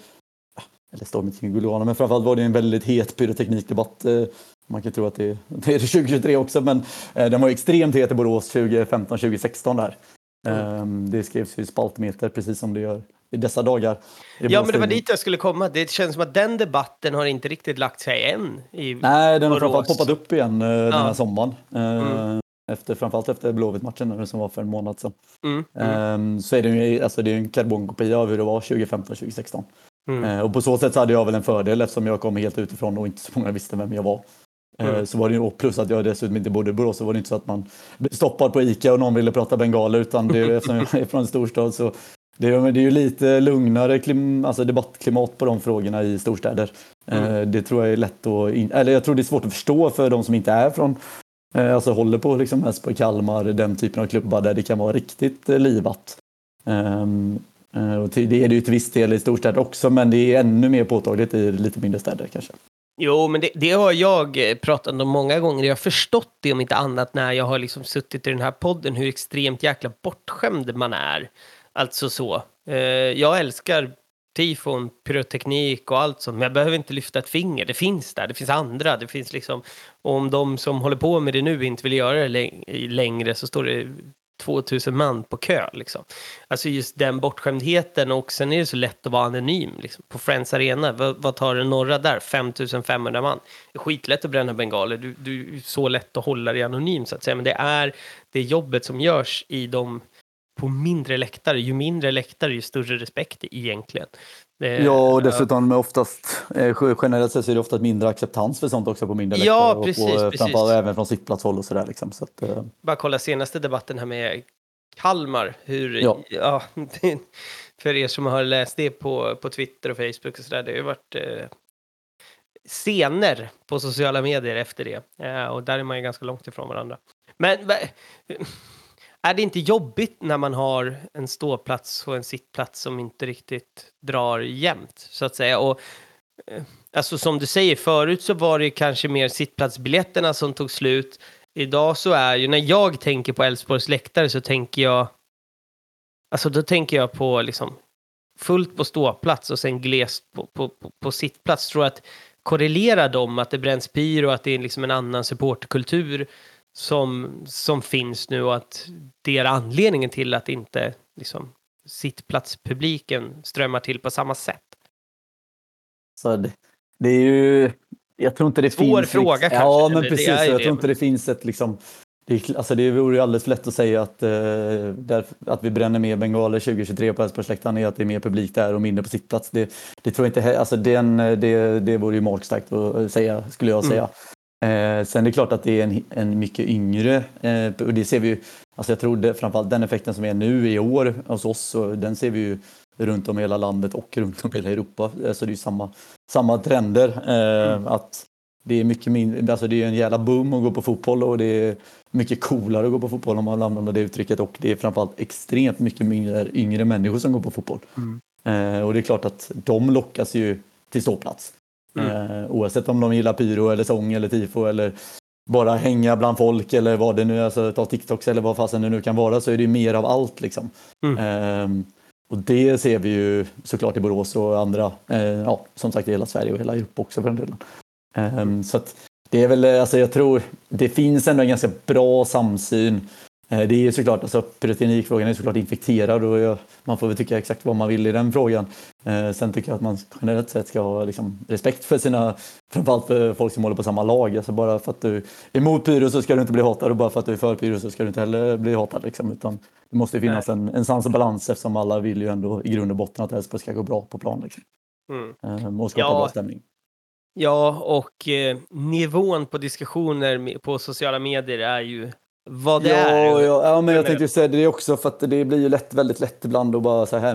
men framförallt var det en väldigt het pyroteknikdebatt. Man kan tro att det är 2023 också, men den var extremt het i Borås 2015-2016 där. Det skrevs ju spaltmeter precis som det gör i dessa dagar. Ja, men det var dit jag skulle komma. Det känns som att den debatten har inte riktigt lagt sig än i Nej, den har Borås. framförallt poppat upp igen den här sommaren. Framförallt efter Blåvitt-matchen som var för en månad sedan. Så är det ju, alltså det är en karbonkopia av hur det var 2015-2016. Och på så sätt så hade jag väl en fördel, eftersom jag kom helt utifrån och inte så många visste vem jag var. Så var det ju, plus att jag dessutom inte bodde i Borås, så var det inte så att man blev stoppad på Ica och någon ville prata bengaler, utan det, eftersom jag är från en storstad, så det är ju lite lugnare alltså debattklimat på de frågorna i storstäder. Det tror jag är lätt eller jag tror det är svårt att förstå för de som inte är från, alltså håller på liksom Hästberg, Kalmar, den typen av klubbar där det kan vara riktigt livat. Och det är det ju till viss del i storstäder också, men det är ännu mer påtagligt i lite mindre städer kanske. Jo, men det har jag pratat om många gånger. Jag har förstått det, om inte annat, när jag har liksom suttit i den här podden, hur extremt jäkla bortskämd man är. Alltså så. Jag älskar tifon, pyroteknik och allt sånt, men jag behöver inte lyfta ett finger. Det finns där, det finns andra. Det finns liksom, om de som håller på med det nu inte vill göra det längre, så står det 2000 man på kö liksom. Alltså just den bortskämdheten, och sen är det så lätt att vara anonym liksom. På Friends Arena, vad tar det norra där? 5500 man. Det är skitlätt att bränna bengaler. Du är så lätt att hålla dig anonym, så att säga. Men det är det jobbet som görs i de på mindre läktare. Ju mindre läktare, ju större respekt egentligen. Ja, och dessutom oftast, generellt sett så är det ofta mindre acceptans för sånt också på mindre läktare. Ja, precis. Framförallt även från sittplatshåll och sådär liksom. Så att, bara kolla senaste debatten här med Kalmar. Ja, för er som har läst det på Twitter och Facebook och sådär, det har ju varit scener på sociala medier efter det. Och där är man ju ganska långt ifrån varandra. Men är det inte jobbigt när man har en ståplats och en sittplats som inte riktigt drar jämnt, så att säga? Och alltså som du säger, förut så var det kanske mer sittplatsbiljetterna som tog slut. Idag så är ju, när jag tänker på Elfsborgs läktare, så tänker jag, alltså då tänker jag på liksom fullt på ståplats och sen glest på sittplats. Tror att korrelerar dem, att det bränns pyro och att det är liksom en annan supportkultur som finns nu, och att det är anledningen till att inte liksom sittplatspubliken strömmar till på samma sätt. Så det är ju, jag tror inte det svår finns fråga kanske. Ja, men precis, jag det. tror inte det finns ett liksom, det vore ju alldeles för lätt att säga att vi bränner mer bengaler 2023 på Älvsborgsläktaren är att det är mer publik där och mindre på sittplats. Det tror jag inte, alltså det vore ju magstarkt att säga, skulle jag säga. Sen är det klart att det är en mycket yngre, och det ser vi ju, alltså jag tror framförallt den effekten som är nu i år hos oss, och den ser vi ju runt om i hela landet och runt om i hela Europa. Så det är ju samma trender, att det är mycket mindre, alltså det är en jävla boom att gå på fotboll och det är mycket coolare att gå på fotboll om man använder det uttrycket, och det är framförallt extremt mycket mindre yngre människor som går på fotboll. Och det är klart att de lockas ju till ståplats. Oavsett om de gillar pyro eller sång eller tifo eller bara hänga bland folk eller vad det nu är, alltså ta TikToks eller vad fasen det nu kan vara, så är det ju mer av allt liksom. Och det ser vi ju såklart i Borås och andra, som sagt i hela Sverige och hela Europa också för den delen. Så att det är väl, alltså jag tror det finns ändå en ganska bra samsyn. Det är ju såklart, alltså pyroteknikfrågan är såklart infekterad och man får väl tycka exakt vad man vill i den frågan. Sen tycker jag att man generellt sett ska ha liksom respekt för sina, framförallt för folk som håller på samma lag. Alltså bara för att du är emot pyro så ska du inte bli hatad, och bara för att du är för pyro så ska du inte heller bli hatad liksom. Utan det måste finnas en sans och balans, eftersom alla vill ju ändå i grund och botten att Elfsborg ska gå bra på plan liksom. Och skapa bra stämning. Ja, och nivån på diskussioner på sociala medier är ju vad det är. Ja, men jag tänkte säga det också, för att det blir ju väldigt lätt ibland att bara så här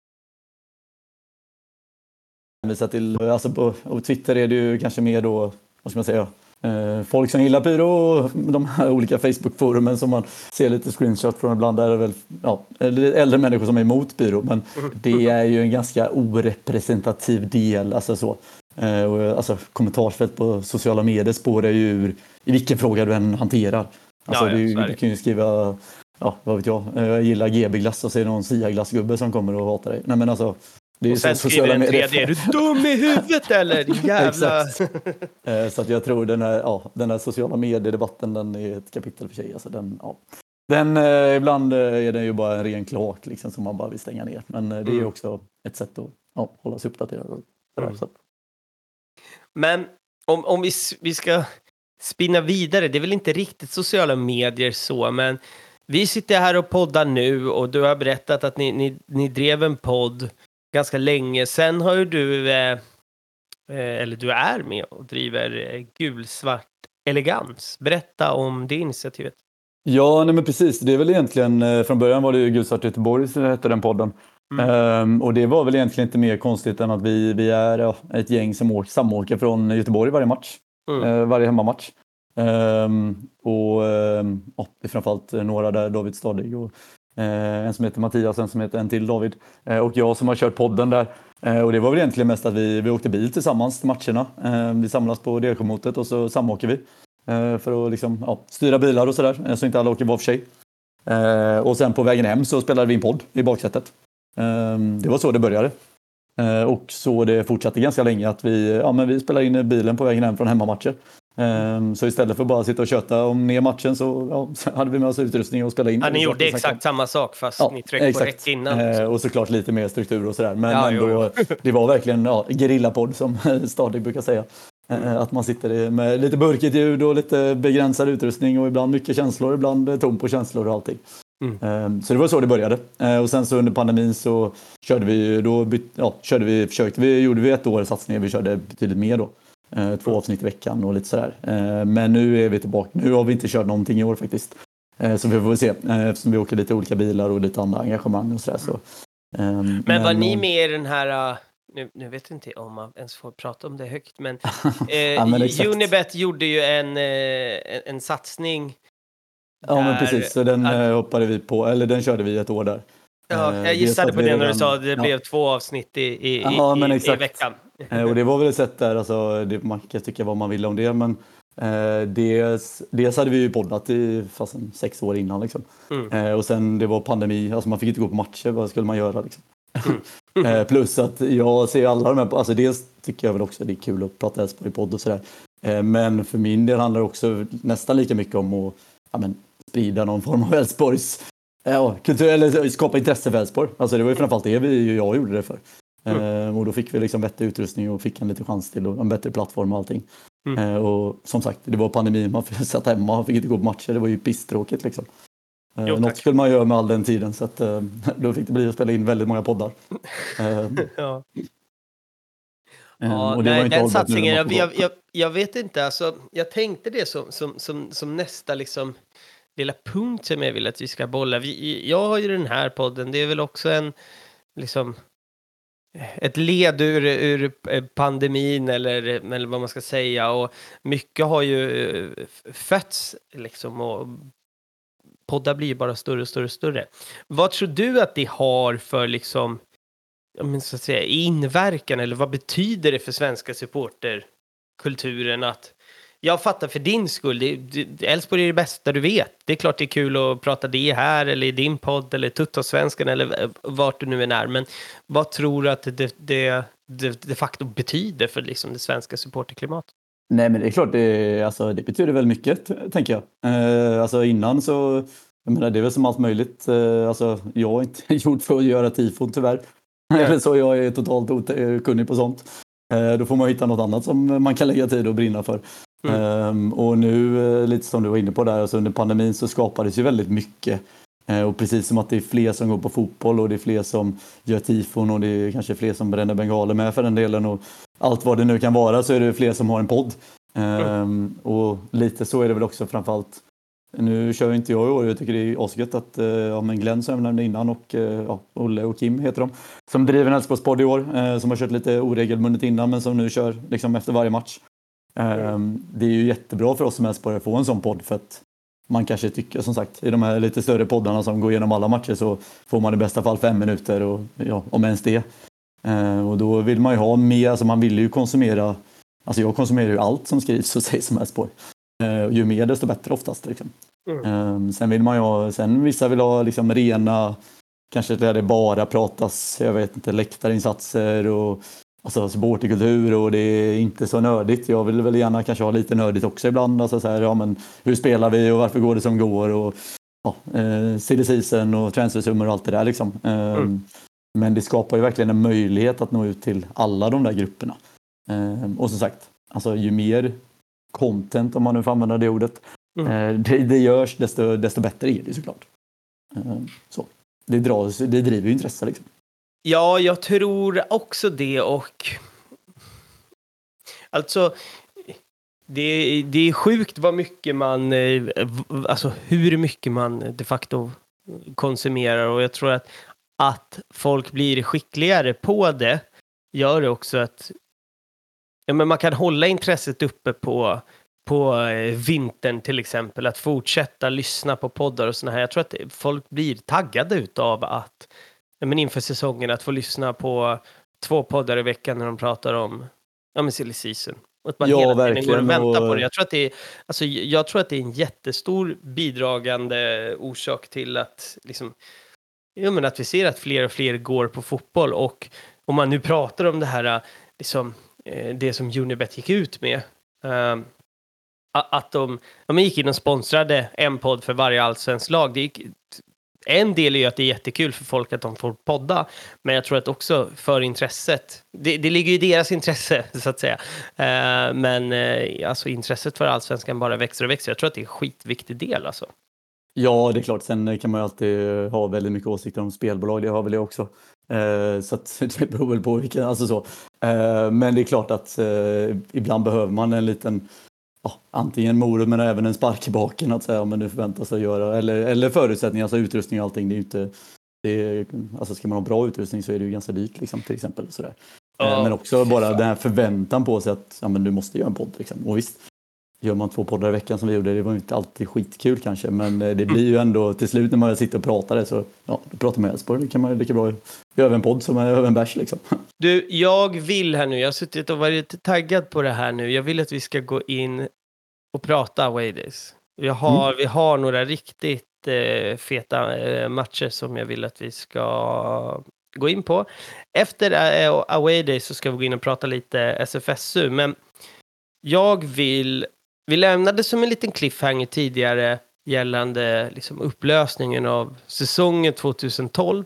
hänvisa till, alltså på Twitter är det ju kanske mer då, vad ska man säga, folk som gillar pyro och de här olika Facebook-forumen som man ser lite screenshot från ibland, där är väl äldre människor som är emot pyro, men det är ju en ganska orepresentativ del, alltså så. Alltså kommentarsfält på sociala medier spårar ju ur i vilken fråga du än hanterar. Alltså du kan ju skriva, vad vet jag gillar GB-glass och så är det någon Sia-glassgubbe som kommer och hatar dig. Nej men alltså, det är och sen skriver en tredje, är du dum i huvudet eller? Jävla... Så att jag tror den här sociala mediedebatten, den är ett kapitel för sig. Alltså den ibland är den ju bara en ren kloak liksom, som man bara vill stänga ner. Men det är ju också ett sätt att hålla sig uppdaterad. Men om vi ska spinna vidare, det är väl inte riktigt sociala medier så, men vi sitter här och poddar nu och du har berättat att ni drev en podd ganska länge. Sen har ju du är med och driver Gulsvart Elegans. Berätta om det initiativet. Ja, nej men precis. Det är väl egentligen, från början var det ju Gulsvart Göteborg som hette den podden. Och det var väl egentligen inte mer konstigt än att vi är ett gäng som samåker från Göteborg varje match. Varje hemmamatch. Och det är framförallt några där, David Stadig och en som heter Mattias, en som heter en till David. Och jag som har kört podden där. Och det var väl egentligen mest att vi åkte bil tillsammans till matcherna. Vi samlas på Delsjömotet och så samåker vi. För att liksom, styra bilar och sådär, så inte alla åker var för sig. Och sen på vägen hem så spelade vi en podd i baksätet. Det var så det började. Och så det fortsatte ganska länge att vi spelade in bilen på vägen hem från hemmamatcher. Så istället för bara sitta och köta om ner matchen så hade vi med oss utrustning och spela in. Ja, ni gjorde exakt samma sak fast ni tryckte på rätt innan. Och såklart lite mer struktur och sådär. Men ändå, det var verkligen gerillapodd som Stadig brukar säga. Att man sitter med lite burkigt ljud och lite begränsad utrustning och ibland mycket känslor, ibland tom på känslor och allting. Så det var så det började. Och sen så under pandemin så körde vi, gjorde vi ett år satsningar, vi körde betydligt mer då. 2 avsnitt i veckan och lite sådär. Men nu är vi tillbaka. Nu har vi inte kört någonting i år faktiskt. Så vi får väl se. Eftersom vi åker lite olika bilar och lite andra engagemang och sådär. Så. Men var ni med i den här... Nu vet inte om man ens får prata om det högt. Men, Unibet gjorde ju en satsning. Ja, men precis. Så den hoppade vi på. Eller den körde vi ett år där. Ja, jag gissade på det när du sa att det blev 2 avsnitt i veckan. Och det var väl ett sätt där, alltså, man kan tycka vad man vill om det, men dels hade vi ju poddat i 6 år innan liksom. Och sen det var pandemi, alltså man fick inte gå på matcher, vad skulle man göra liksom? Plus att jag ser alla de här, alltså dels tycker jag väl också det är kul att prata Elfsborg i podd och sådär. Men för min del handlar det också nästan lika mycket om att sprida någon form av Elfsborgs kultur, eller skapa intresse för Elfsborg. Alltså det var ju framförallt det jag gjorde det för. Och då fick vi liksom bättre utrustning och fick en liten chans till och en bättre plattform och allting. Och som sagt, det var pandemi, man satt hemma, man fick inte gå på matcher, det var ju pisstråkigt liksom. Något skulle man göra med all den tiden, så att, då fick det bli att spela in väldigt många poddar. Och det var den satsningen, jag vet inte, alltså, jag tänkte det som nästa liksom lilla punkt som jag vill att vi ska bolla. Jag har ju den här podden, det är väl också en liksom ett led ur pandemin eller vad man ska säga, och mycket har ju fötts liksom, och poddar blir bara större och större och större. Vad tror du att det har för liksom, så att säga, inverkan, eller vad betyder det för svenska supporterkulturen att, jag fattar för din skull, Elfsborg är det bästa du vet. Det är klart det är kul att prata det här, eller i din podd, eller Tuttosvenskan, eller vart du nu är. Men vad tror du att det de facto betyder för liksom det svenska supporterklimatet? Nej, men det är klart, det betyder väl mycket, tänker jag. Alltså innan så, jag menar, det är väl som allt möjligt. Alltså, jag är inte gjort för att göra tifon, tyvärr. Eller så jag är totalt okunnig på sånt. Då får man hitta något annat som man kan lägga tid och brinna för. Och nu, lite som du var inne på där, alltså under pandemin så skapades ju väldigt mycket. Och precis som att det är fler som går på fotboll, och det är fler som gör tifon, och det är kanske fler som bränner bengaler med för den delen, och allt vad det nu kan vara, så är det fler som har en podd. Och lite så är det väl också, framförallt. Nu kör inte jag i år, jag tycker det är asgött att men Glenn som jag nämnde innan, och Olle och Kim heter de, som driver en Elfsborgspodd i år, som har kört lite oregelbundet innan, men som nu kör liksom efter varje match. Det är ju jättebra för oss som Elfsborg att få en sån podd, för att man kanske tycker, som sagt, i de här lite större poddarna som går igenom alla matcher, så får man i bästa fall 5 minuter, och om ens det. Och då vill man ju ha mer, alltså man vill ju konsumera, alltså jag konsumerar ju allt som skrivs och sägs som Elfsborg. Ju mer desto bättre oftast liksom. Sen vill man ju ha, sen vissa vill ha liksom rena, kanske där det bara pratas, jag vet inte, läktarinsatser och alltså supporterkultur, och det är inte så nördigt. Jag vill väl gärna kanske ha lite nördigt också ibland, alltså så här, men hur spelar vi och varför går det som går, och silly season och transfersummor och allt det där liksom. Men det skapar ju verkligen en möjlighet att nå ut till alla de där grupperna. Och som sagt, alltså ju mer content, om man nu får använda det ordet, det görs, desto bättre är det såklart. Så. Det driver ju intresse liksom. Ja, jag tror också det, och alltså det är sjukt vad mycket man, alltså hur mycket man de facto konsumerar, och jag tror att folk blir skickligare på det gör det också att men man kan hålla intresset uppe på vintern till exempel, att fortsätta lyssna på poddar och såna här. Jag tror att folk blir taggade utav att inför säsongen att få lyssna på 2 poddar i veckan när de pratar om silly season. Och att man hela tiden går och väntar på det. Jag tror att det är en jättestor bidragande orsak till att liksom, att vi ser att fler och fler går på fotboll. Och om man nu pratar om det här liksom, det som Unibet gick ut med, att de gick in och sponsrade en podd för varje allsvensk lag. En del är ju att det är jättekul för folk att de får podda, men jag tror att också för intresset, det ligger ju i deras intresse så att säga, men alltså intresset för allsvenskan bara växer och växer. Jag tror att det är en skitviktig del alltså. Ja, det är klart. Sen kan man ju alltid ha väldigt mycket åsikter om spelbolag, det har väl jag också. Så att det beror väl på vilken, alltså så. Men det är klart att ibland behöver man en liten, antingen morot men även en spark i baken, att säga, men du förväntas att göra, eller förutsättningar, alltså utrustning och allting. Det är ju inte, alltså ska man ha bra utrustning så är det ju ganska dyrt liksom, till exempel sådär. Men också bara den här förväntan på sig att men du måste göra en podd liksom. Och visst, gör man 2 poddar i veckan som vi gjorde, det var ju inte alltid skitkul kanske, men det blir ju ändå till slut när man sitter och pratar det, så då pratar man Elfsborg, det kan man ju lika bra göra en podd som över en bärs liksom. Du, jag vill här nu, jag har suttit och varit taggad på det här nu, jag vill att vi ska gå in och prata Away Days. Vi har några riktigt feta matcher som jag vill att vi ska gå in på. Efter Away Days så ska vi gå in och prata lite SFSU, men vi lämnade som en liten cliffhanger tidigare gällande liksom upplösningen av säsongen 2012.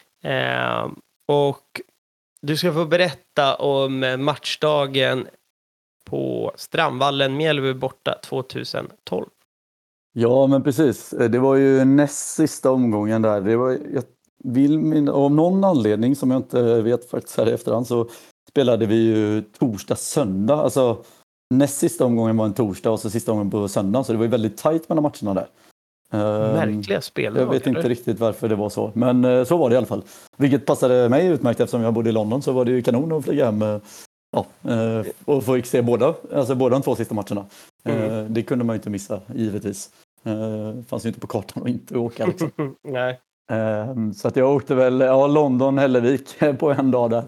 Och du ska få berätta om matchdagen på Strandvallen, Mjällby borta 2012. Ja, men precis. Det var ju näst sista omgången där. Det var, av någon anledning som jag inte vet faktiskt här i efterhand, så spelade vi ju torsdag, söndag. Alltså näst sista omgången var en torsdag och så sista omgången på söndag. Så det var ju väldigt tajt mellan matcherna där. Märkliga spellag. Jag vet inte riktigt varför det var så. Men så var det i alla fall. Vilket passade mig utmärkt eftersom jag bodde i London, så var det ju kanon att flyga hem och få se båda de 2 sista matcherna. Det kunde man ju inte missa, givetvis. Fanns ju inte på kartan att inte åka liksom. Nej. Så att jag åkte väl London, Hällevik på en dag där.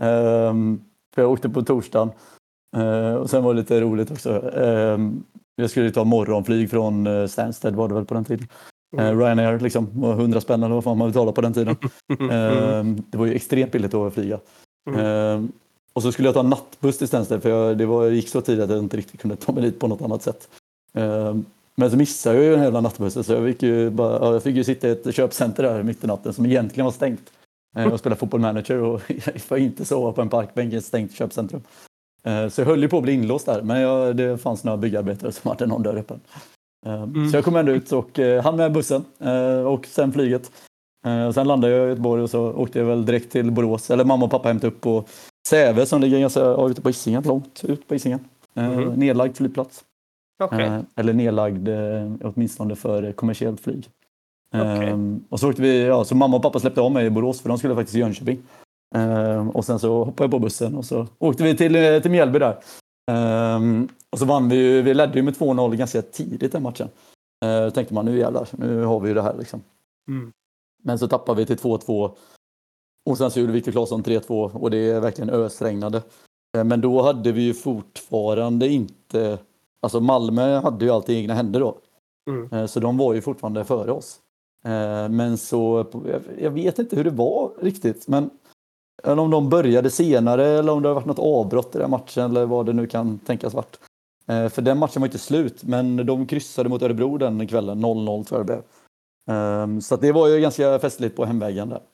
För jag åkte på torsdagen. Och sen var det lite roligt också. Jag skulle ta morgonflyg från Stansted, var det väl på den tiden. Ryanair liksom, 100 spänn eller vad fan man betalade på den tiden. Det var ju extremt billigt att flyga. Och så skulle jag ta nattbuss till Stansted, för det gick så tidigt att jag inte riktigt kunde ta mig dit på något annat sätt. Men så missade jag ju den hela nattbussen, så jag fick ju sitta i ett köpcenter där mitt i natten som egentligen var stängt. Och spela fotbollmanager och jag får inte sova på en parkbänk i ett stängt köpcentrum. Så jag höll ju på att bli inlåst där, men det fanns några byggarbetare som hade någon dörr öppen. Så jag kom ändå ut och han med bussen och sen flyget. Och sen landade jag i Göteborg och så åkte jag väl direkt till Borås. Eller mamma och pappa hämtade upp på Säve som ligger ganska ute på Hisingen, långt ut på Hisingen. Nedlagd flygplats. Okay. Eller nedlagd åtminstone för kommersiellt flyg. Och så åkte vi, så mamma och pappa släppte av mig i Borås för de skulle faktiskt i Jönköping. Och sen så hoppade jag på bussen och så åkte vi till Mjällby där. Och så vann vi ledde ju med 2-0 ganska tidigt den matchen. Tänkte man, nu jävlar, nu har vi ju det här liksom. Men så tappade vi till 2-2 och sen så gjorde Victor Claesson 3-2 och det är verkligen ösregnade. Men då hade vi ju fortfarande inte, alltså Malmö hade ju alltid egna händer då. Så de var ju fortfarande före oss. Men så, jag vet inte hur det var riktigt, men eller om de började senare eller om det har varit något avbrott i den matchen eller vad det nu kan tänkas vart. För den matchen var inte slut, men de kryssade mot Örebro den kvällen, 0-0 tror jag det blev. Så att det var ju ganska festligt på hemvägen där.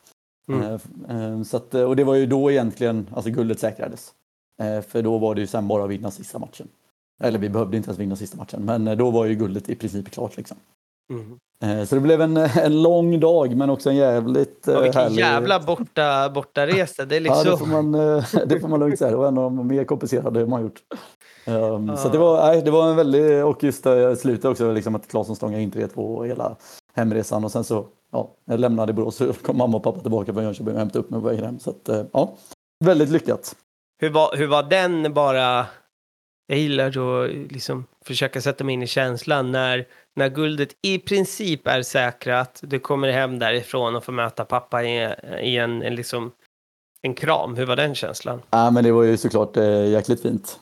Så att, och det var ju då egentligen, alltså guldet säkrades. För då var det ju sen bara att vinna sista matchen. Eller vi behövde inte ens vinna sista matchen, men då var ju guldet i princip klart liksom. Så det blev en lång dag, men också en jävligt härlig... jävla bortaresa. Det är liksom... Ja, det får man lugnt säga. Det var en av de mer komplicerade man gjort. Så det var en väldigt... Och just slutet också, liksom att Claesson stångade in 3-2 hela hemresan. Och sen så jag lämnade Borås så kom mamma och pappa tillbaka från Jönköping och hämtade upp mig på vägen hem. Så att, väldigt lyckat. Hur var den bara... Jag gillar då liksom försöka sätta mig in i känslan när guldet i princip är säkrat. Du kommer hem därifrån och får möta pappa i en kram. Hur var den känslan? Ja, men det var ju såklart jäkligt fint.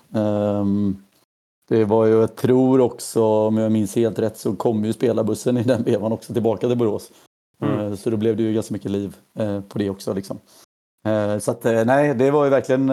Det var ju, jag tror också, om jag minns helt rätt, så kom ju spelarbussen i den vevan också tillbaka till Borås. Så då blev det ju ganska mycket liv på det också liksom. Så att nej, det var ju verkligen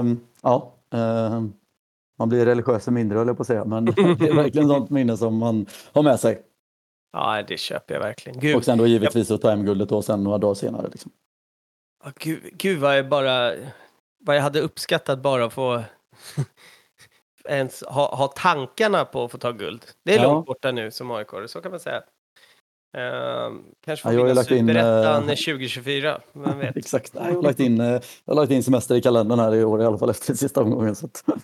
man blir religiös mindre, höll jag på att säga. Men det är verkligen sånt minne som man har med sig. Ja, det köper jag verkligen. Gud. Och sen då givetvis att ta hem guldet och sen några dagar senare. Liksom. Ja, gud vad jag hade uppskattat bara att få ens ha tankarna på att få ta guld. Det är långt borta nu som AIK, så kan man säga. Kanske får vinna Superettan 2024, vem vet. Exakt, jag har lagt in semester i kalendern här i år i alla fall efter sista omgången. Så att,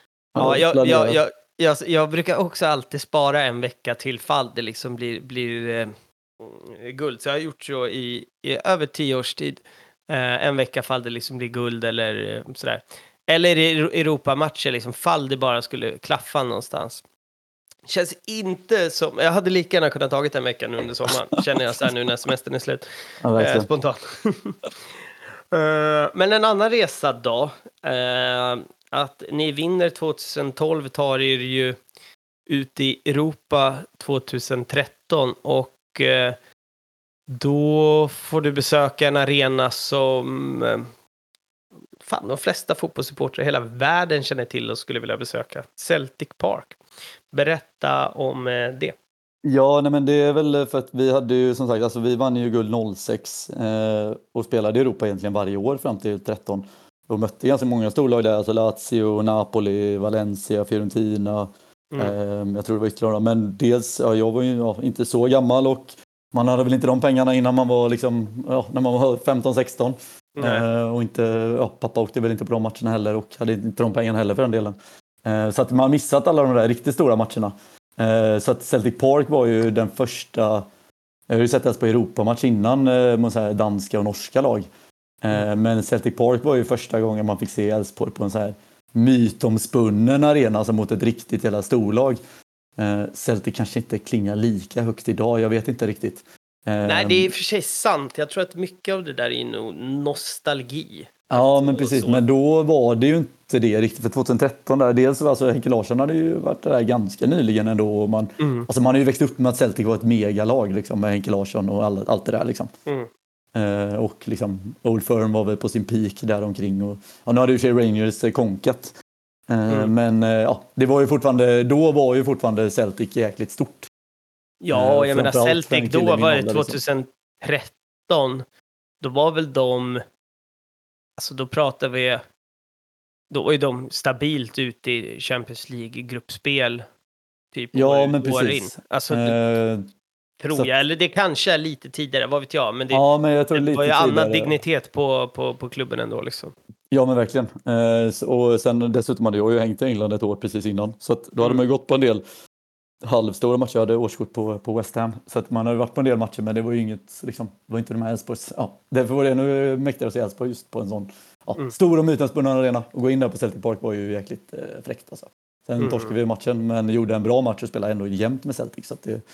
jag brukar också alltid spara en vecka till fall det liksom blir guld. Så jag har gjort så i över 10 års tid. En vecka fall det liksom blir guld eller sådär. Eller i Europamatcher liksom, fall det bara skulle klaffa någonstans. Känns inte som... Jag hade lika gärna kunnat tagit en vecka nu under sommaren. Känner jag så här nu när semestern är slut. Spontant. Men en annan resa då. Att ni vinner 2012 tar er ju ut i Europa 2013. Och då får du besöka en arena som... de flesta fotbollssupportrar i hela världen känner till och skulle vilja besöka. Celtic Park. Berätta om det. Ja, nej, men det är väl för att vi hade ju som sagt, alltså vi vann ju guld 06 och spelade i Europa egentligen varje år fram till 13. Och mötte ganska många storlag där, alltså Lazio, Napoli, Valencia, Fiorentina. Jag tror det var ytterligare. Men dels, jag var ju inte så gammal och man hade väl inte de pengarna innan man var liksom, när man var 15-16. Och inte, pappa åkte väl inte på de matcherna heller och hade inte de pengarna heller för den delen. Så att man har missat alla de där riktigt stora matcherna. Så att Celtic Park var ju den första, jag har ju sett det på Europamatch innan mot så här danska och norska lag. Men Celtic Park var ju första gången man fick se Elfsborg på en så här mytomspunnen arena, alltså mot ett riktigt jävla storlag. Celtic kanske inte klingar lika högt idag, jag vet inte riktigt. Nej, det är i och för sig sant. Jag tror att mycket av det där är nog nostalgi. Ja, men precis. Men då var det ju inte det riktigt. För 2013 där, dels alltså Henke Larsson hade ju varit där ganska nyligen ändå. Och alltså man har ju växt upp med att Celtic var ett megalag liksom, med Henke Larsson och allt det där liksom. Och liksom Old Firm var väl på sin peak där omkring. Och, ja, nu hade ju sig Rangers konkat. Men ja, det var ju fortfarande, då var ju fortfarande Celtic jäkligt stort. Ja, jag menar Celtic då var det 2013. Då var väl de, alltså då pratar vi, då är de stabilt ute i Champions League-gruppspel typ ja, men år precis. in. Alltså, tror jag, eller det kanske är lite tidigare, vad vet jag. Men det, ja, men jag tror det lite var ju tidigare. annan dignitet på klubben ändå liksom. Ja, men verkligen. Och sen dessutom hade jag ju hängt i England ett år precis innan. Så att då hade man ju gått på en del halvstora matcher. Jag hade årskort på West Ham. Så att man hade varit på en del matcher, men det var ju inget, liksom, det var inte de här Elfsborgs. Ja, därför var det nu mäktigare att se Elfsborg just på en sån stor och mytomspunnen arena. Och gå in där på Celtic Park var ju jäkligt fräckt alltså. Sen torskade vi matchen, men gjorde en bra match och spelade ändå jämnt med Celtic. Så att det,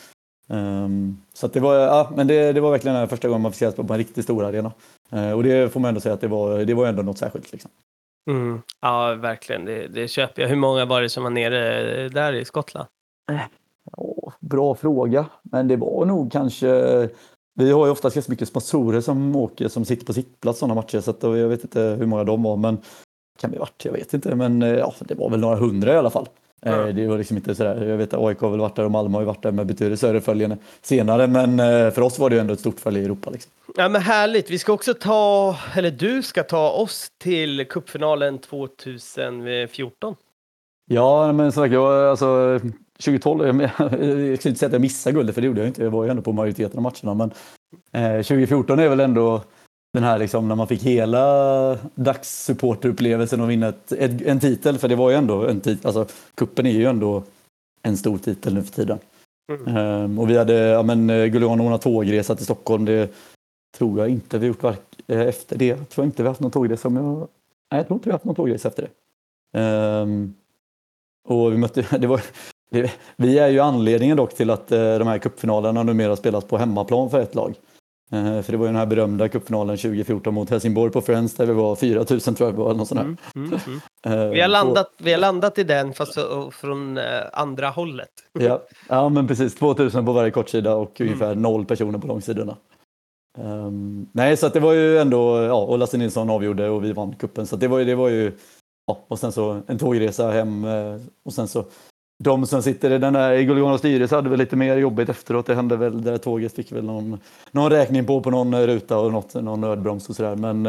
så att det var, ja, men det var verkligen den första gången man fick se Elfsborg på en riktigt stor arena. Och det får man ändå säga att det var ändå något särskilt liksom. Ja, verkligen. Det köper jag. Hur många var det som var nere där i Skottland? Bra fråga. Men det var nog kanske, vi har ju oftast ganska mycket sponsorer som åker, som sitter på sittplats sådana matcher, så att jag vet inte hur många de var, men kan det varit, jag vet inte, men ja, det var väl några hundra i alla fall. Det var liksom inte sådär, jag vet att AIK har väl varit där och Malmö har ju varit där med betydligt större följande senare, men för oss var det ju ändå ett stort följe i Europa liksom. Ja, men härligt. Vi ska också du ska ta oss till cupfinalen 2014. Ja, men så alltså 2012, jag ska inte säga att jag missade guldet, för det gjorde jag inte, jag var ju ändå på majoriteten av matcherna, men 2014 är väl ändå den här liksom, när man fick hela dagssupporterupplevelsen och vinna en titel, för det var ju ändå en titel, alltså kuppen är ju ändå en stor titel nu för tiden. Och vi hade Guliano och tågresa till Stockholm, det tror jag inte vi gjort efter det. Jag tror inte vi haft någon tågresa nej, jag tror inte vi haft någon tågresa efter det. Och vi mötte, vi är ju anledningen dock till att de här cupfinalerna numera spelas på hemmaplan för ett lag. För det var ju den här berömda cupfinalen 2014 mot Helsingborg på Friends, där vi var 4000 tror jag det var, eller något sånt där. Vi har landat i den, fast från andra hållet. Ja, men precis, 2000 på varje kortsida och ungefär 0 personer på långsidorna. Nej, så att det var ju ändå, och Lasse Nilsson avgjorde och vi vann kuppen, så att det var ju och sen så en tågresa hem, och sen så de som sitter i den här Gulianos styrelse hade väl lite mer jobbigt efteråt. Det hände väl där tåget fick väl någon räkning på någon ruta och någon nödbroms och sådär, men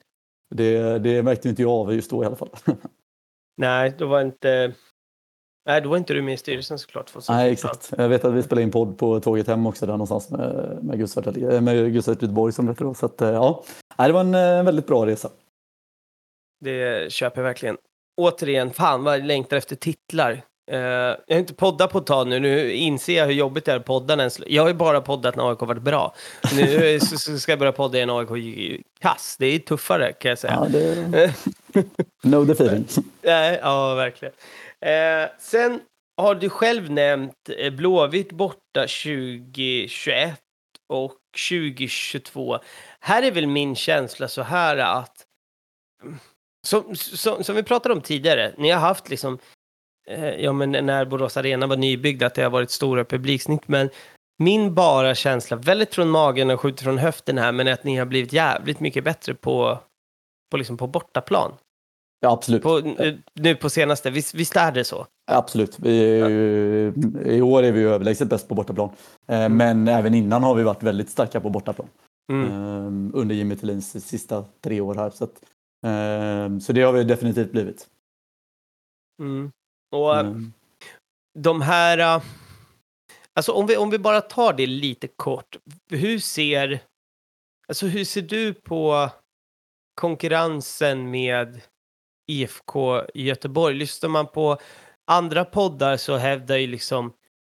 det märkte inte jag av just då i alla fall. Nej, då var inte du med i styrelsen såklart. Nej, exakt. Jag vet att vi spelade in podd på tåget hem också där någonstans med Gustav Göteborg som det heter då. Så att, det var en väldigt bra resa. Det köper jag verkligen. Återigen, fan vad jag längtar efter titlar. Jag har inte poddat på ett tag nu. Nu inser jag hur jobbigt det är att podda. Jag har ju bara poddat när AIK har varit bra. Nu ska jag börja podda i en AIK kass. Det är tuffare, kan jag säga. Ja, no the feeling. Ja, verkligen. Sen har du själv nämnt Blåvitt borta 2021 och 2022. Här är väl min känsla så här att som vi pratade om tidigare, ni har haft liksom men när Borås Arena var nybyggd, att det har varit stora publiksnitt, men min bara känsla, väldigt från magen och skjuter från höften här, men att ni har blivit jävligt mycket bättre på bortaplan. Ja, absolut. Nu på senaste, visst är det så? Absolut. I år är vi överlägset bäst på bortaplan. Men även innan har vi varit väldigt starka på bortaplan. Under Jimmy Tillins sista 3 år här. Så det har vi definitivt blivit. Och de här, alltså om vi bara tar det lite kort, hur ser du på konkurrensen med IFK i Göteborg? Lyssnar man på andra poddar så hävdar ju liksom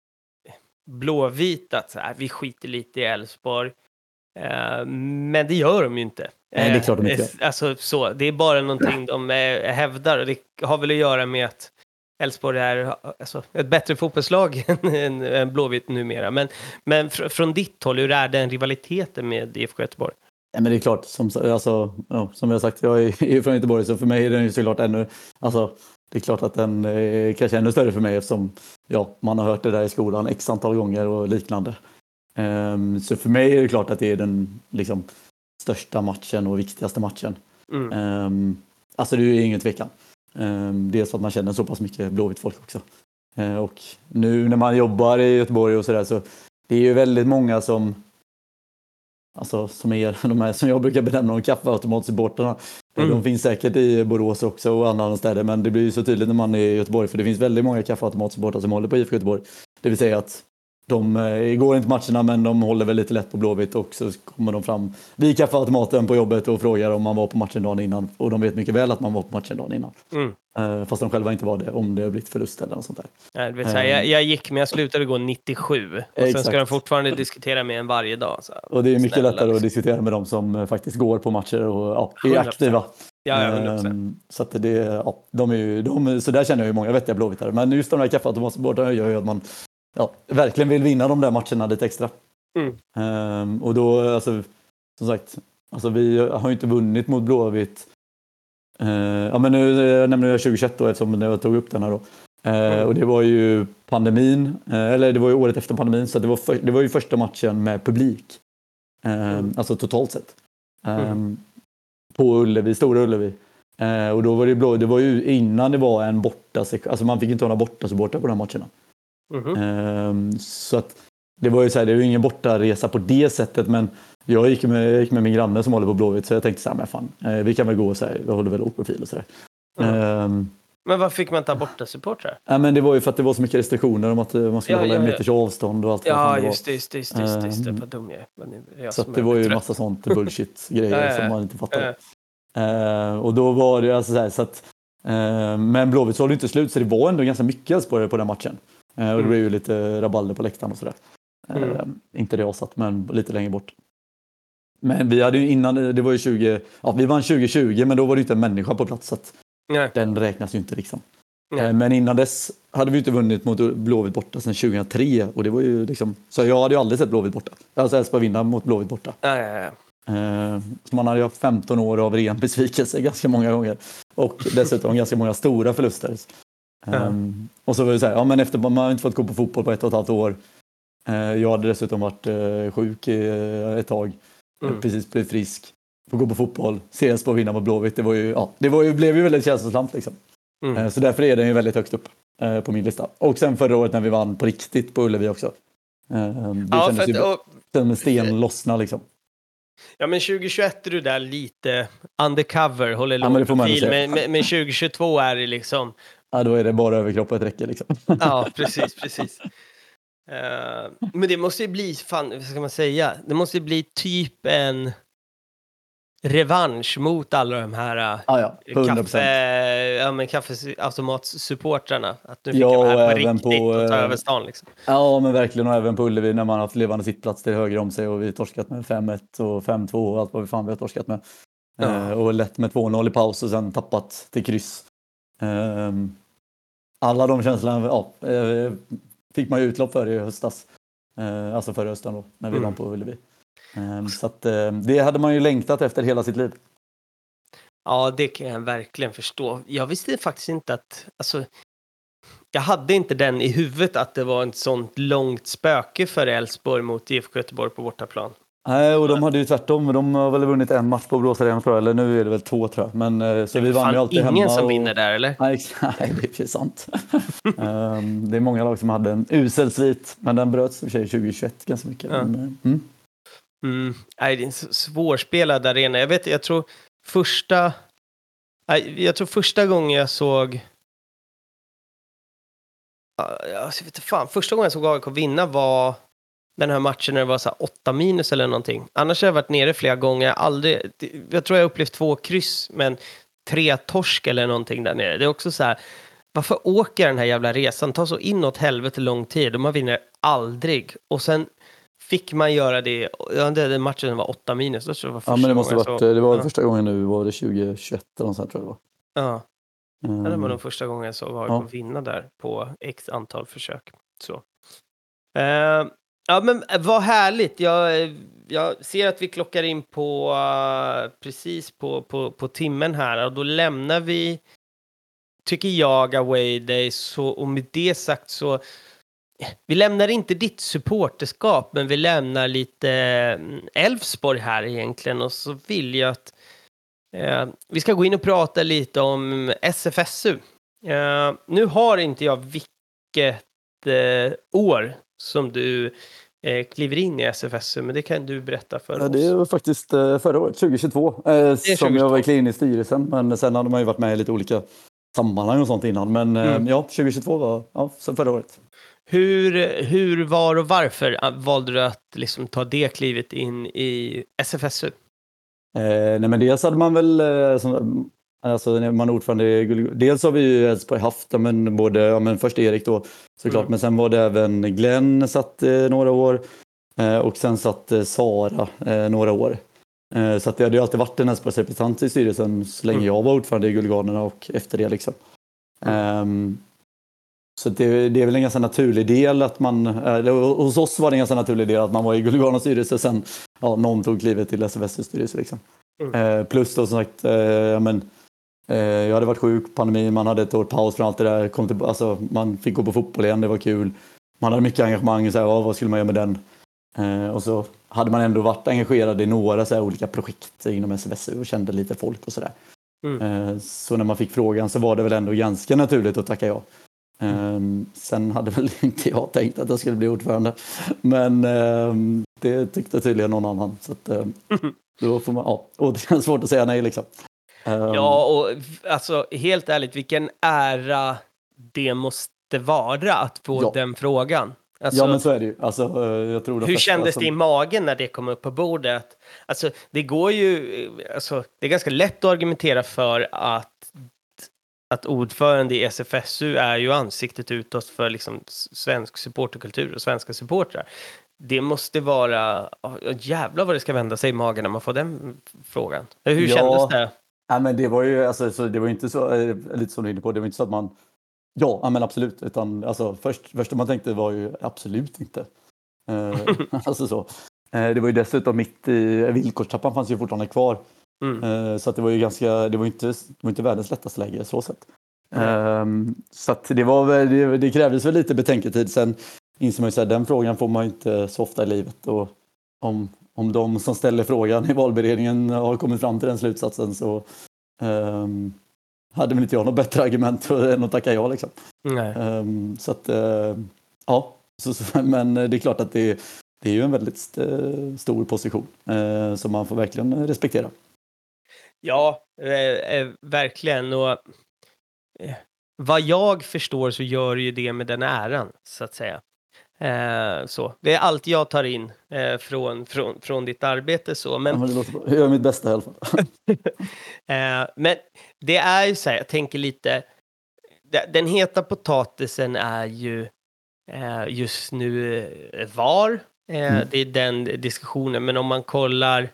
Blåvit att så här, vi skiter lite i Elfsborg. Men det gör de ju inte. Nej, det är klart de inte gör. Alltså, så, det är bara någonting de hävdar, och det har väl att göra med att Elfsborg är alltså, ett bättre fotbollslag än Blåvitt numera. Men från ditt håll, hur är den rivaliteten med IFK Göteborg? Ja, men det är klart, som jag har sagt, jag är från Göteborg, så för mig är den ju såklart ännu, alltså det är klart att den är kanske ännu större för mig, eftersom man har hört det där i skolan x antal gånger och liknande. Så för mig är det klart att det är den liksom största matchen och viktigaste matchen. Alltså det är ju ingen tvekan. Dels för att man känner så pass mycket Blåvitt folk också. Och nu när man jobbar i Göteborg och sådär, så det är ju väldigt många som som är de här som jag brukar benämna de kaffeautomatsupporterna. De finns säkert i Borås också och andra städer, men det blir ju så tydligt när man är i Göteborg, för det finns väldigt många kaffeautomatsupportrar som håller på IFK Göteborg. Det vill säga att de går inte matcherna, men de håller väl lite lätt på Blåvitt, och så kommer de fram vid kaffeautomaten på jobbet och frågar om man var på matchen dagen innan, och de vet mycket väl att man var på matchen dagen innan. Fast de själva inte var det, om det har blivit förlust eller något sånt där. Ja, det vill säga, jag gick, men jag slutade gå 97, och sen ska de fortfarande diskutera med en varje dag. Så, och det är mycket lättare att diskutera med dem som faktiskt går på matcher och är aktiva. Ja, så att de är ju, så där känner jag ju många vettiga blåvittare, men just de där kaffeautomatsupportrarna gör ju att man verkligen vill vinna de där matcherna lite extra. Och då, alltså, som sagt, alltså, vi har ju inte vunnit mot Blåvitt. Men nu nämner jag 2021 då, eftersom jag tog upp den här då. Och det var ju pandemin, eller det var ju året efter pandemin, så det var ju första matchen med publik. Alltså totalt sett. På Ullevi, Stora Ullevi. Och då var det var ju innan det var en alltså man fick inte ha några bortasupportrar på de här matcherna. Så att det var ju så här, det är ju ingen bortaresa på det sättet, men jag gick med min granne som håller på Blåvitt, så jag tänkte så här, men fan, vi kan väl gå och så här, vi håller väl låg profil och så där. Men vad fick man ta bortasupportrar? Ja, men det var ju för att det var så mycket restriktioner om att man skulle hålla en meters avstånd och allt. Ja, just det, vad dum jag är. Så att det var ju en massa sånt bullshit-grejer som man inte fattade. Och då var det alltså så här, så att men Blåvitt såg inte slut, så det var ändå ganska mycket Elfsborg på den matchen. Och det blev ju lite rabalder på läktaren och sådär. Inte det jag satt, men lite längre bort. Men vi hade ju innan, det var ju vi vann 2020, men då var det inte en människa på plats, så att den räknas ju inte liksom. Men innan dess hade vi inte vunnit mot Blåvitt borta sedan 2003, och det var ju liksom, så jag hade ju aldrig sett Blåvitt borta. Alltså Elfsborg vinna mot Blåvitt borta. Så man hade ju haft 15 år av ren besvikelse ganska många gånger, och dessutom ganska många stora förluster. Och så var det så här, men efter man har inte fått gå på fotboll på 1,5 år. Jag hade dessutom varit sjuk i ett tag. Precis blivit frisk. Få gå på fotboll. Se Elfsborg vinna mot Blåvitt. Blev ju väldigt känslosamt liksom. Så därför är den ju väldigt högt upp på min lista. Och sen förra året när vi vann på riktigt på Ullevi också. Det kändes ju som en sten lossna liksom. Ja, men 2021 är du där lite undercover, håller låg profil. Men 2022 är det liksom... Ja, då är det bara överkropp och ett räcke liksom. Ja, precis. Men det måste ju bli, vad ska man säga? Det måste ju bli typ en revansch mot alla de här 100%. kaffeautomatsupportrarna. Att nu fick jag vara här på riktigt och ta över stan liksom. Ja, men verkligen, och även på Ullevi när man har haft levande sittplats till höger om sig, och vi torskat med 5-1 och 5-2 och allt vad vi fan vi har torskat med. Och lätt med 2-0 i paus och sen tappat till kryss. Alla de känslorna fick man ju utlopp för i höstas. Alltså förra hösten då, när vi vann på Ullevi. Så att det hade man ju längtat efter hela sitt liv. Ja, det kan jag verkligen förstå. Jag visste faktiskt inte att... Alltså, jag hade inte den i huvudet att det var ett sånt långt spöke för Elfsborg mot IFK Göteborg på bortaplan. Nej, och de hade ju tvärtom. De har väl vunnit en match på Borås Arena, tror jag. Eller nu är det väl 2, tror jag. Men, så vi vann ju alltid hemma. Ingen som vinner där, eller? Nej, det är sant. Det är många lag som hade en usel svit. Men den bröts i 2021 ganska mycket. Nej, det är en svårspelad arena. Jag tror första gången jag såg... Första gången jag såg AIK vinna var den här matchen när det var så här 8- eller någonting. Annars har jag varit nere flera gånger. Jag tror jag upplevt 2 kryss, men 3 torsk eller någonting där nere. Det är också så här, varför åker den här jävla resan? Ta så inåt helvete lång tid. Och man vinner aldrig. Och sen fick man göra det. Ja, den matchen var 8 minus. Då tror jag det var Ja, men det måste gången varit, så, det var första gången nu, var det 2021 eller något sånt, tror jag det var. Ja. Ja, det var den första gången jag såg var Ja. att vinna där på x antal försök. Så. Ja, men vad härligt. Jag ser att vi klockar in på precis på timmen här. Och då lämnar vi, tycker jag, Away Day. Så, och med det sagt så, vi lämnar inte ditt supporterskap, men vi lämnar lite Elfsborg här egentligen. Och så vill jag att vi ska gå in och prata lite om SFSU. Nu har inte jag vilket år som du kliver in i SFSU, men det kan du berätta för oss. Det var faktiskt förra året, 2022, som jag var verkligen in i styrelsen. Men sen hade man ju varit med i lite olika sammanhang och sånt innan. Men ja, 2022 var sen förra året. Hur var och varför valde du att liksom ta det klivet in i SFSU? Nej, men dels hade man väl, alltså när man är ordförande i dels har vi ju Elfsborg haft, men både, men först Erik då såklart, men sen var det även Glenn satt några år och sen satt Sara några år. Så att det hade ju alltid varit en Elfsborgs representant i styrelsen så länge jag var ordförande i Guldganerna och efter det liksom. Så det är väl en ganska naturlig del att man, hos oss var det en ganska naturlig del att man var i Guldganernas styrelse, sen någon tog klivet till SFSUs styrelse liksom. Plus då som sagt, jag hade varit sjuk, pandemi, man hade ett år paus från allt det där, alltså, man fick gå på fotboll igen, det var kul. Man hade mycket engagemang, så här, vad skulle man göra med den? Och så hade man ändå varit engagerad i några så här, olika projekt inom SFSU och kände lite folk och sådär. Så när man fick frågan så var det väl ändå ganska naturligt att tacka ja. Sen hade väl inte jag tänkt att jag skulle bli ordförande, men det tyckte tydligen någon annan, så att, då får man, och det är svårt att säga nej liksom. Ja, och alltså helt ärligt, vilken ära det måste vara att få den frågan. Alltså, ja, men så är det ju. Alltså, jag tror hur kändes det i magen när det kom upp på bordet? Alltså, det går ju, alltså, det är ganska lätt att argumentera för att ordförande i SFSU är ju ansiktet utåt för liksom svensk supporterkultur och svenska supportrar. Det måste vara, jävlar vad det ska vända sig i magen när man får den frågan. Hur kändes det? Ja, men det var ju, alltså, så det var inte så, lite som du är inne på, det var inte så att man, men absolut, utan alltså, först man tänkte var ju absolut inte. Alltså så. Det var ju dessutom mitt i, villkorstrappan fanns ju fortfarande kvar. Så att det var ju ganska, det var inte världens lättaste läge så sett. Så att det krävdes väl lite betänketid. Sen inser man ju att den frågan får man inte så ofta i livet, och om de som ställer frågan i valberedningen har kommit fram till den slutsatsen, så hade väl inte jag något bättre argument än att tacka ja liksom. Så att men det är klart att det är ju en väldigt stor position som man får verkligen respektera. Ja, verkligen. Och vad jag förstår så gör ju det med den äran, så att säga. Så. Det är allt jag tar in från ditt arbete. Så. Men, jag gör mitt bästa i alla fall. Men det är ju så här, jag tänker lite, den heta potatisen är ju just nu VAR. Det är den diskussionen. Men om man kollar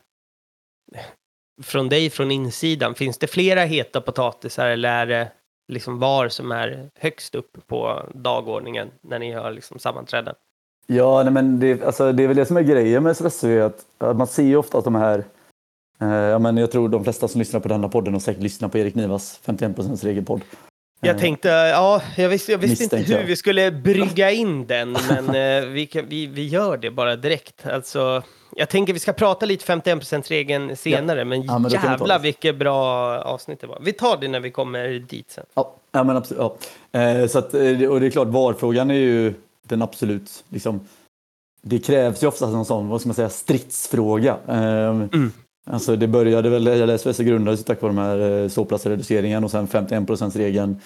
från insidan, finns det flera heta potatisar, eller är det liksom VAR som är högst upp på dagordningen när ni har liksom sammanträden? Ja, nej, men det är väl det som är grejen med SFSU, att man ser ju ofta att de här, men jag tror de flesta som lyssnar på denna podden och säkert lyssnar på Erik Nivas 51% regelpodd. Jag tänkte, jag visste inte hur vi skulle brygga in den, men vi gör det bara direkt. Alltså, jag tänker vi ska prata lite 51%-regeln senare, men jävlar vilket bra avsnitt det var. Vi tar det när vi kommer dit sen. Ja, men absolut. Ja. Så att, och det är klart, VAR-frågan är ju den absolut, liksom, det krävs ju ofta en sån, vad ska man säga, stridsfråga. Alltså det började väl, SFSU grundades tack vare de här ståplatsreduceringen och sen 51%-regeln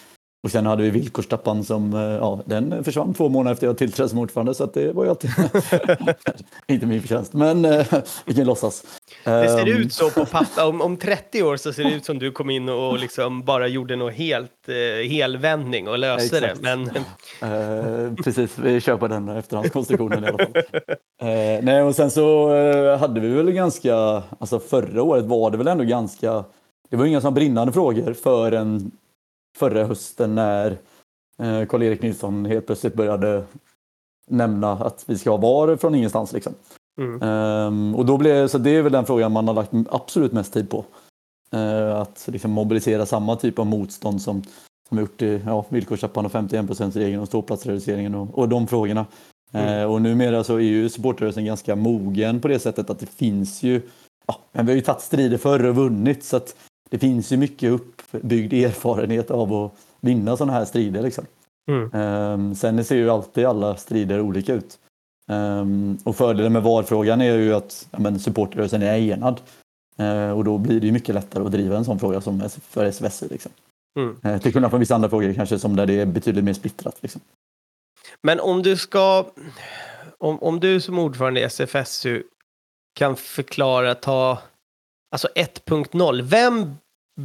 Och sen hade vi villkorstappan som, den försvann 2 månader efter jag tillträdde som ordförande, så att det var ju alltid inte min förtjänst, men vi kan låtsas. Det ser ut så på pappa, om 30 år så ser det ut som du kom in och liksom bara gjorde något helvändning och löste det. Men... precis, vi kör på den efterhandskonstruktionen i alla fall. Nej, och sen så hade vi väl ganska, alltså förra året var det väl ändå ganska, det var inga sådana brinnande frågor förra hösten när Karl-Erik Nilsson helt plötsligt började nämna att vi ska ha VAR från ingenstans liksom. Och då så det är väl den frågan man har lagt absolut mest tid på. Att liksom mobilisera samma typ av motstånd som gjort i villkorstrappan och 51%-regeln och ståplatsreduceringen och de frågorna. Och numera så är ju supportrörelsen ganska mogen på det sättet att det finns ju, men vi har ju tagit strider förr och vunnit, så att det finns ju mycket uppbyggd erfarenhet av att vinna sådana här strider liksom. Sen ser ju alltid alla strider olika ut. Och fördelen med VAR-frågan är ju att supportrörelsen är enad. Och då blir det ju mycket lättare att driva en sån fråga som för SFSU liksom. Till skillnad från vissa andra frågor kanske som där det är betydligt mer splittrat liksom. Men om du ska, om du som ordförande i SFSU kan förklara, alltså 1.0,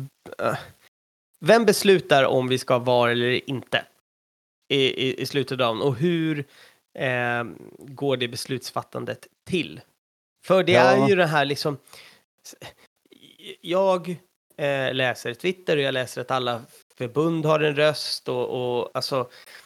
vem beslutar om vi ska vara eller inte i slutet av dagen, och hur går det beslutsfattandet till? För det är ju det här liksom, jag läser Twitter och jag läser att alla förbund har en röst och alltså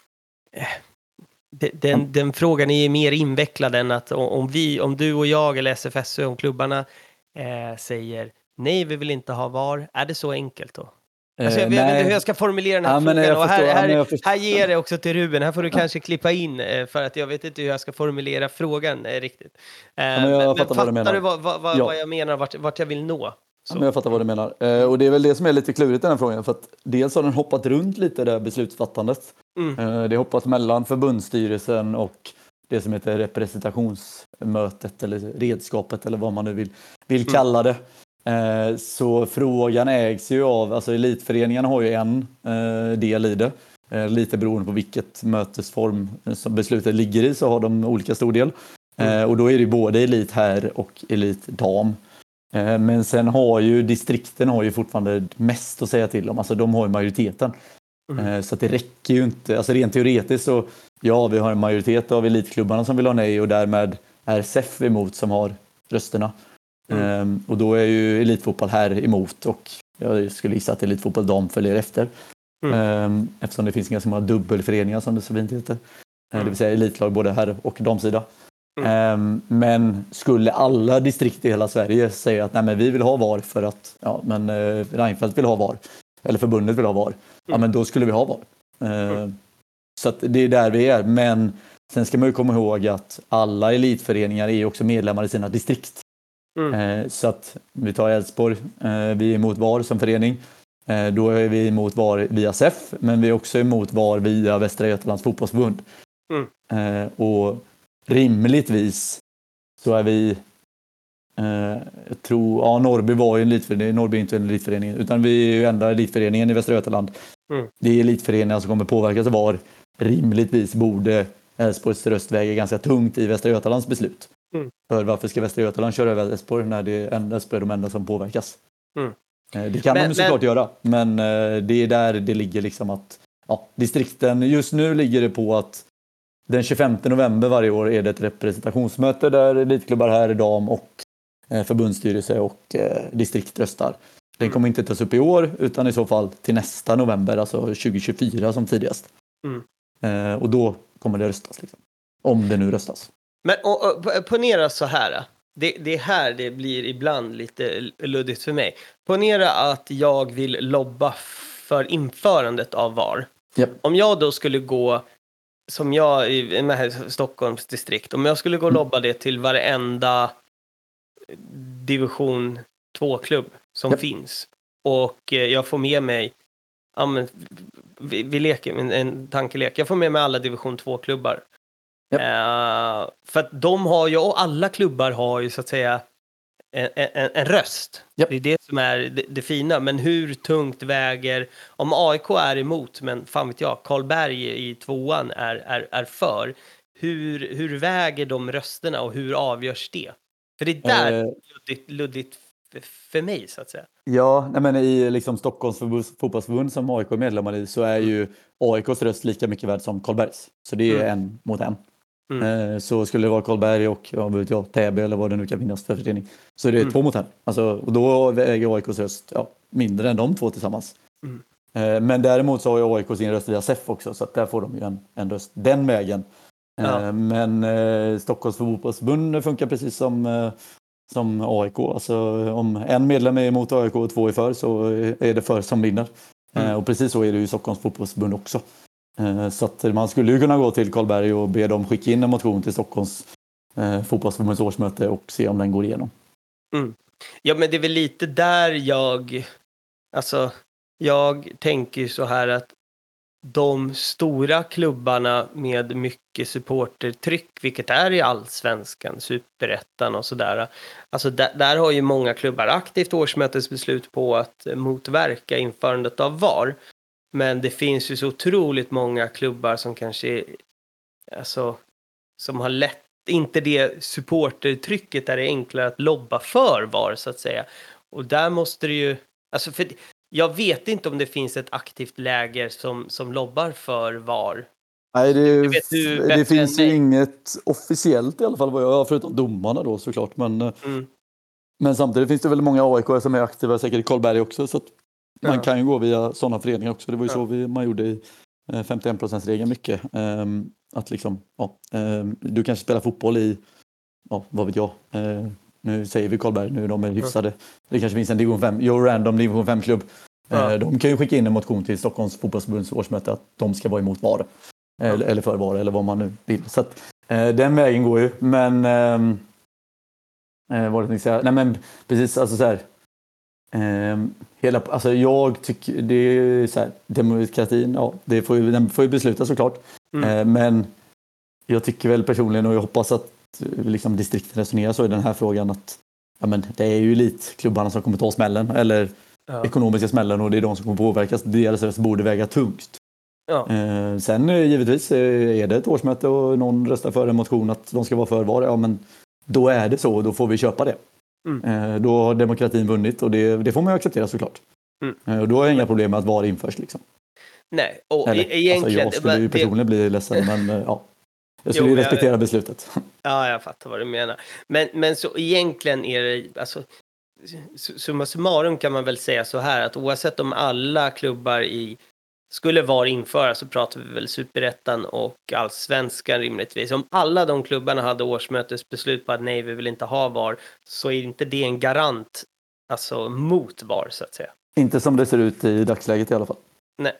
den frågan är mer invecklad än att om du och jag eller SFSU, om klubbarna säger nej, vi vill inte ha VAR, är det så enkelt då? Alltså jag vet inte hur jag ska formulera den här frågan, och här ger det också till Ruben, här får du kanske klippa in för att jag vet inte hur jag ska formulera frågan riktigt. Men fattar du vad jag menar, vart jag vill nå? Ja, men jag fattar vad du menar. Och det är väl det som är lite klurigt i den här frågan, för att dels har den hoppat runt lite det beslutsfattandet. Det har hoppat mellan förbundsstyrelsen och det som heter representationsmötet eller redskapet eller vad man nu vill kalla det. Så frågan ägs ju av, alltså elitföreningarna har ju en del i det. Lite beroende på vilket mötesform som beslutet ligger i så har de olika stor del. Och då är det ju både elit här och elit dam. Men sen har ju distrikten fortfarande mest att säga till om. Alltså de har ju majoriteten. Så att det räcker ju inte. Alltså rent teoretiskt så vi har en majoritet av elitklubbarna som vill ha nej och därmed är SEF emot som har rösterna. Och då är ju elitfotboll här emot och jag skulle gissa att elitfotboll dam följer efter. Eftersom det finns ganska många dubbelföreningar som det så fint heter. Det vill säga elitlag både här och damsida. Men skulle alla distrikt i hela Sverige säga att nej, men vi vill ha VAR för att Reinfeldt vill ha VAR eller förbundet vill ha VAR, men då skulle vi ha VAR. Så att det är där vi är. Men sen ska man ju komma ihåg att alla elitföreningar är också medlemmar i sina distrikt. Så att vi tar Älvsborg, vi är emot VAR som förening. Då är vi emot VAR via SEF, men vi är också emot VAR via Västra Götalands fotbollsförbund. Och rimligtvis så är vi jag tror, Norrby var ju en elitförening, Norrby är inte en elitförening utan vi är ju enda elitföreningen i Västra Götaland. Det är elitföreningar som kommer påverkas av VAR. Rimligtvis borde Älvsborgs röst väga ganska tungt i Västra Götalands beslut. För varför ska Västra Götaland köra över Älvsborg när det är Älvsborg de enda som påverkas? Det kan man såklart göra, men det är där det ligger liksom att distrikten, just nu ligger det på att den 25 november varje år är det ett representationsmöte där elitklubbar här i dam och förbundsstyrelse och distrikt röstar. Den kommer inte tas upp i år utan i så fall till nästa november, alltså 2024 som tidigast. Och då kommer det röstas liksom. Om det nu röstas. Men ponera så här. Det är här det blir ibland lite luddigt för mig. Ponera att jag vill lobba för införandet av VAR. Yep. Om jag då skulle gå, som jag i Stockholms distrikt, om jag skulle gå och lobba det till varenda division 2-klubb som finns. Och jag får med mig, vi leker en tankelek. Jag får med mig alla division 2-klubbar. För att de har ju, och alla klubbar har ju så att säga en röst. Japp. Det är det som är det fina. Men hur tungt väger, om AIK är emot, men fan vet jag, Karlberg i 2:an är för. Hur väger de rösterna och hur avgörs det? För det är där luddigt för mig, så att säga. Ja, nej men i liksom Stockholms fotbollsförbund som AIK är medlemmar i så är ju AIKs röst lika mycket värd som Karlbergs. Så det är 1 mot 1. Så skulle det vara Karlberg och Täby eller vad det nu kan finnas för förening, så är det 2 mot 1. Alltså, och då väger AIKs röst mindre än de 2 tillsammans. Men däremot så har ju AIK sin röst via SEF också, så att där får de ju en röst den vägen. Men Stockholms fotbollsförbund funkar precis som AIK. Alltså, om en medlem är emot AIK och 2 är för, så är det för som vinner. Och precis så är det ju i Stockholms fotbollsförbund också. Så att man skulle ju kunna gå till Karlberg och be dem skicka in en motion till Stockholms fotbollsförbunds årsmöte och se om den går igenom. Ja, men det är väl lite där jag tänker så här att de stora klubbarna med mycket supportertryck, vilket är i Allsvenskan, Superettan och sådär. Alltså där har ju många klubbar aktivt årsmötesbeslut på att motverka införandet av VAR. Men det finns ju så otroligt många klubbar som kanske som har inte det supportertrycket där det är enklare att lobba för VAR, så att säga. Och där måste det ju, alltså för jag vet inte om det finns ett aktivt läger som lobbar för VAR. Nej, det finns ju inget officiellt i alla fall, förutom domarna då såklart. Men samtidigt finns det väl många AIK som är aktiva, säkert i Karlberg också, så att man kan ju gå via sådana föreningar också. Det var ju så man gjorde i 51%-regeln mycket. Att liksom, du kanske spelar fotboll i, vad vet jag, nu säger vi Karlberg, nu är de hyfsade. Det kanske finns en division 5, random division 5-klubb. De kan ju skicka in en motion till Stockholms fotbollsförbunds årsmöte att de ska vara emot VAR. Eller för VAR, eller vad man nu vill. Så att den vägen går ju. Men vad det säga? Nej, men precis, alltså så här. Alltså jag tycker det är så här, demokratin, den får ju besluta såklart. Men jag tycker väl personligen, och jag hoppas att liksom distrikten resonerar så i den här frågan, att det är ju elitklubbarna som kommer ta smällen, eller ekonomiska smällen, och det är de som kommer påverkas. Deras röst borde väga tungt. Sen givetvis är det ett årsmöte och någon röstar för en motion att de ska vara för VAR, men då är det så, och då får vi köpa det. Då har demokratin vunnit, och det får man ju acceptera såklart. Och då har jag inga problem med att VAR införs liksom. Nej, och egentligen... jag skulle ju personligen bli ledsen, men jag skulle ju respektera beslutet. Ja, jag fattar vad du menar. Men så egentligen är det, alltså, summa summarum kan man väl säga så här, att oavsett om alla klubbar skulle VAR införa, så pratar vi väl Superettan och Allsvenskan rimligtvis. Om alla de klubbarna hade årsmötesbeslut på att nej, vi vill inte ha VAR, så är inte det en garant mot VAR, så att säga. Inte som det ser ut i dagsläget i alla fall. Nej.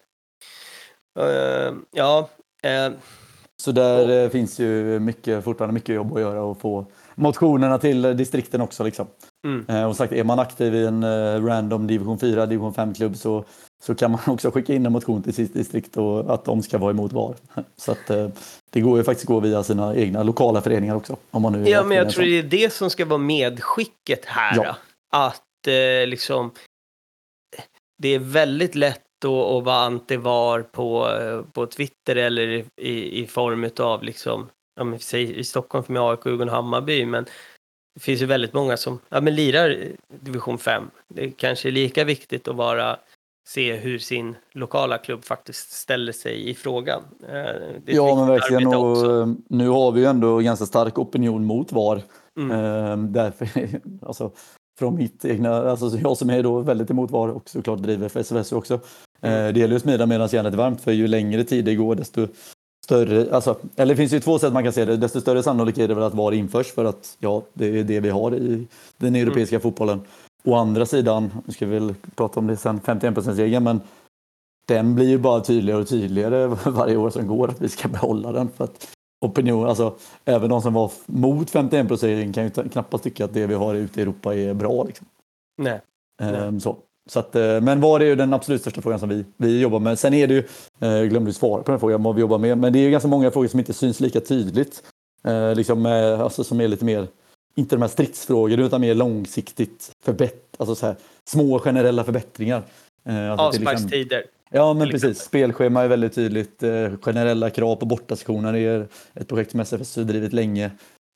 Så där finns ju fortfarande mycket jobb att göra och få motionerna till distrikten också liksom. Och sagt, är man aktiv i en random division 4, division 5-klubb, så kan man också skicka in en motion till sitt distrikt och att de ska vara emot VAR. Så att det går ju faktiskt gå via sina egna lokala föreningar också. Om man nu men jag tror det är det som ska vara medskicket här. Ja. Att liksom, det är väldigt lätt att vara anti-VAR på Twitter eller i form av liksom, i Stockholm för mig AIK, Djurgården och Hammarby, men det finns ju väldigt många som lirar division 5. Det kanske är lika viktigt att se hur sin lokala klubb faktiskt ställer sig i frågan. Men verkligen. Och nu har vi ju ändå ganska stark opinion mot VAR. Därför, alltså, från mitt egna, alltså jag som är då väldigt emot VAR och såklart driver för SVS också. Det gäller ju smida medan järnet är varmt, för ju längre tid det går desto större, eller det finns ju 2 sätt man kan se det, desto större sannolikhet är det väl att VAR införs, för att det är det vi har i den europeiska fotbollen. Å andra sidan, nu ska vi väl prata om det sen, 51%-regeln, men den blir ju bara tydligare och tydligare varje år som går, att vi ska behålla den, för att opinion, alltså även de som var mot 51%-regeln kan ju knappast tycka att det vi har ute i Europa är bra liksom. Nej. Så att, men VAR är ju den absolut största frågan som vi jobbar med. Sen är det ju, glömde du svara på den frågan vad vi jobbar med, men det är ju ganska många frågor som inte syns lika tydligt. Liksom, alltså, som är lite mer inte de här stridsfrågorna utan mer långsiktigt alltså så här, små generella förbättringar. Alltså avsparkstider. Ja, men precis. Spelschema är väldigt tydligt. Generella krav på bortasektioner är ett projekt som SFS har drivit länge.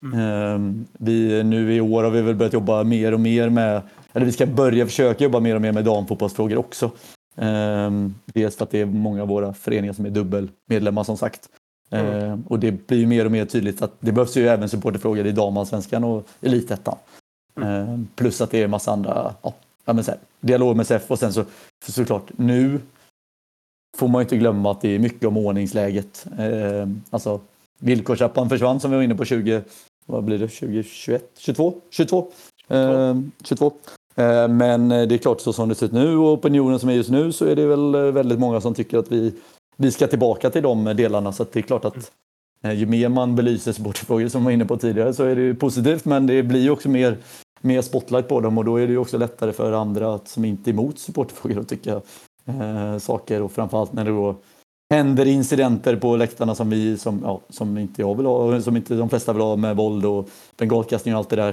Nu i år har vi väl börjat jobba mer och mer med, eller vi ska börja försöka jobba mer och mer med damfotbollsfrågor också. Dels för att det är många av våra föreningar som är dubbelmedlemmar som sagt. Och det blir ju mer och mer tydligt att det behövs ju även supporterfrågor i damallsvenskan och elitettan. Plus att det är en massa andra dialog med SEF och sen såklart nu får man ju inte glömma att det är mycket om ordningsläget. Alltså villkorstrappan försvann som vi var inne på 2022. Men det är klart så som det ser ut nu och opinionen som är just nu så är det väl väldigt många som tycker att vi ska tillbaka till de delarna, så att det är klart att ju mer man belyser supporterfrågor som vi var inne på tidigare så är det ju positivt, men det blir ju också mer spotlight på dem och då är det ju också lättare för andra som inte är emot supporterfrågor att tycka saker, och framförallt när det då händer incidenter på läktarna som inte jag vill ha, som inte de flesta vill ha, med våld och bengalkastning och allt det där.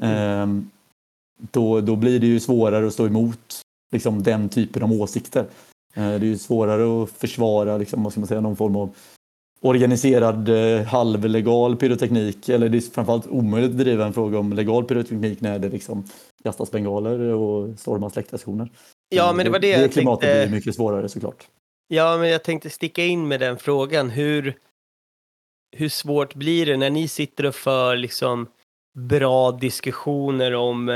Då blir det ju svårare att stå emot liksom, den typen av åsikter. Det är ju svårare att försvara liksom, vad ska man säga, någon form av organiserad halvlegal pyroteknik, eller det är framförallt omöjligt att driva en fråga om legal pyroteknik när det liksom kastas bengaler och stormas läktarstationer. Ja, men det var det klimatet blir mycket svårare såklart. Ja, men jag tänkte sticka in med den frågan. Hur svårt blir det när ni sitter och för liksom bra diskussioner om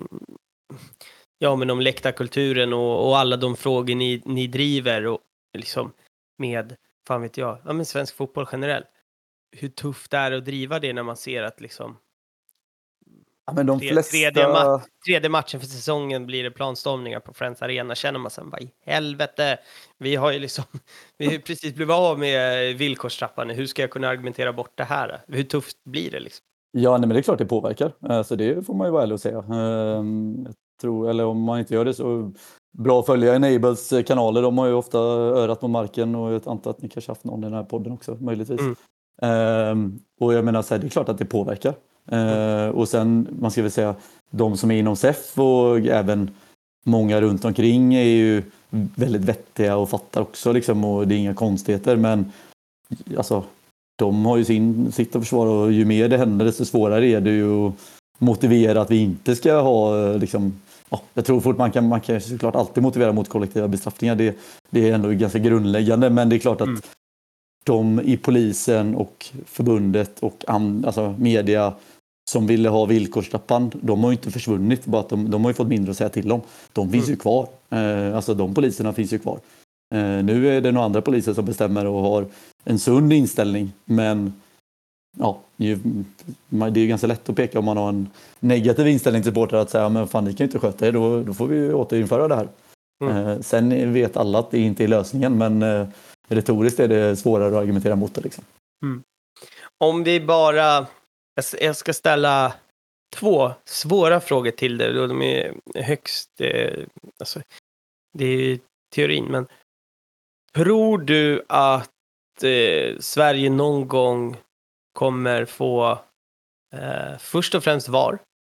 om läktarkulturen och alla de frågor ni driver och liksom med, fan vet jag, men svensk fotboll generellt. Hur tufft det är att driva det när man ser att liksom men de tredje matchen för säsongen blir det planstormningar på Friends Arena, känner man sen, vad i helvete, vi har ju precis blivit av med villkorstrappan, hur ska jag kunna argumentera bort det här? Hur tufft blir det liksom? Ja, men det är klart det påverkar, så det får man ju vara ärlig att säga. Jag tror, eller om man inte gör det så bra att följa Enables kanaler, de har ju ofta örat på marken och jag antar att ni kanske haft någon i den här podden också, möjligtvis. Och jag menar så här, det är klart att det påverkar. Och sen, man ska väl säga, de som är inom SEF och även många runt omkring är ju väldigt vettiga och fattar också liksom, och det är inga konstigheter, men alltså de har ju sitt att försvara, och ju mer det händer desto svårare är det ju att motivera att vi inte ska ha liksom, jag tror fort man kan såklart alltid motivera mot kollektiva bestraffningar, det är ändå ganska grundläggande, men det är klart att de i polisen och förbundet och alltså media som ville ha villkorstrappan, de har ju inte försvunnit, bara att de har ju fått mindre att säga till om. De finns ju kvar. Alltså de poliserna finns ju kvar. Nu är det några andra poliser som bestämmer och har en sund inställning, men det är ju ganska lätt att peka om man har en negativ inställning till supportrar att säga, men fan, ni kan ju inte sköta er, då får vi återinföra det här. Sen vet alla att det inte är lösningen, men retoriskt är det svårare att argumentera mot det liksom. Om vi bara, jag ska ställa 2 svåra frågor till dig, då de är högst, alltså det är teorin, men tror du att Sverige någon gång kommer få först och främst VAR?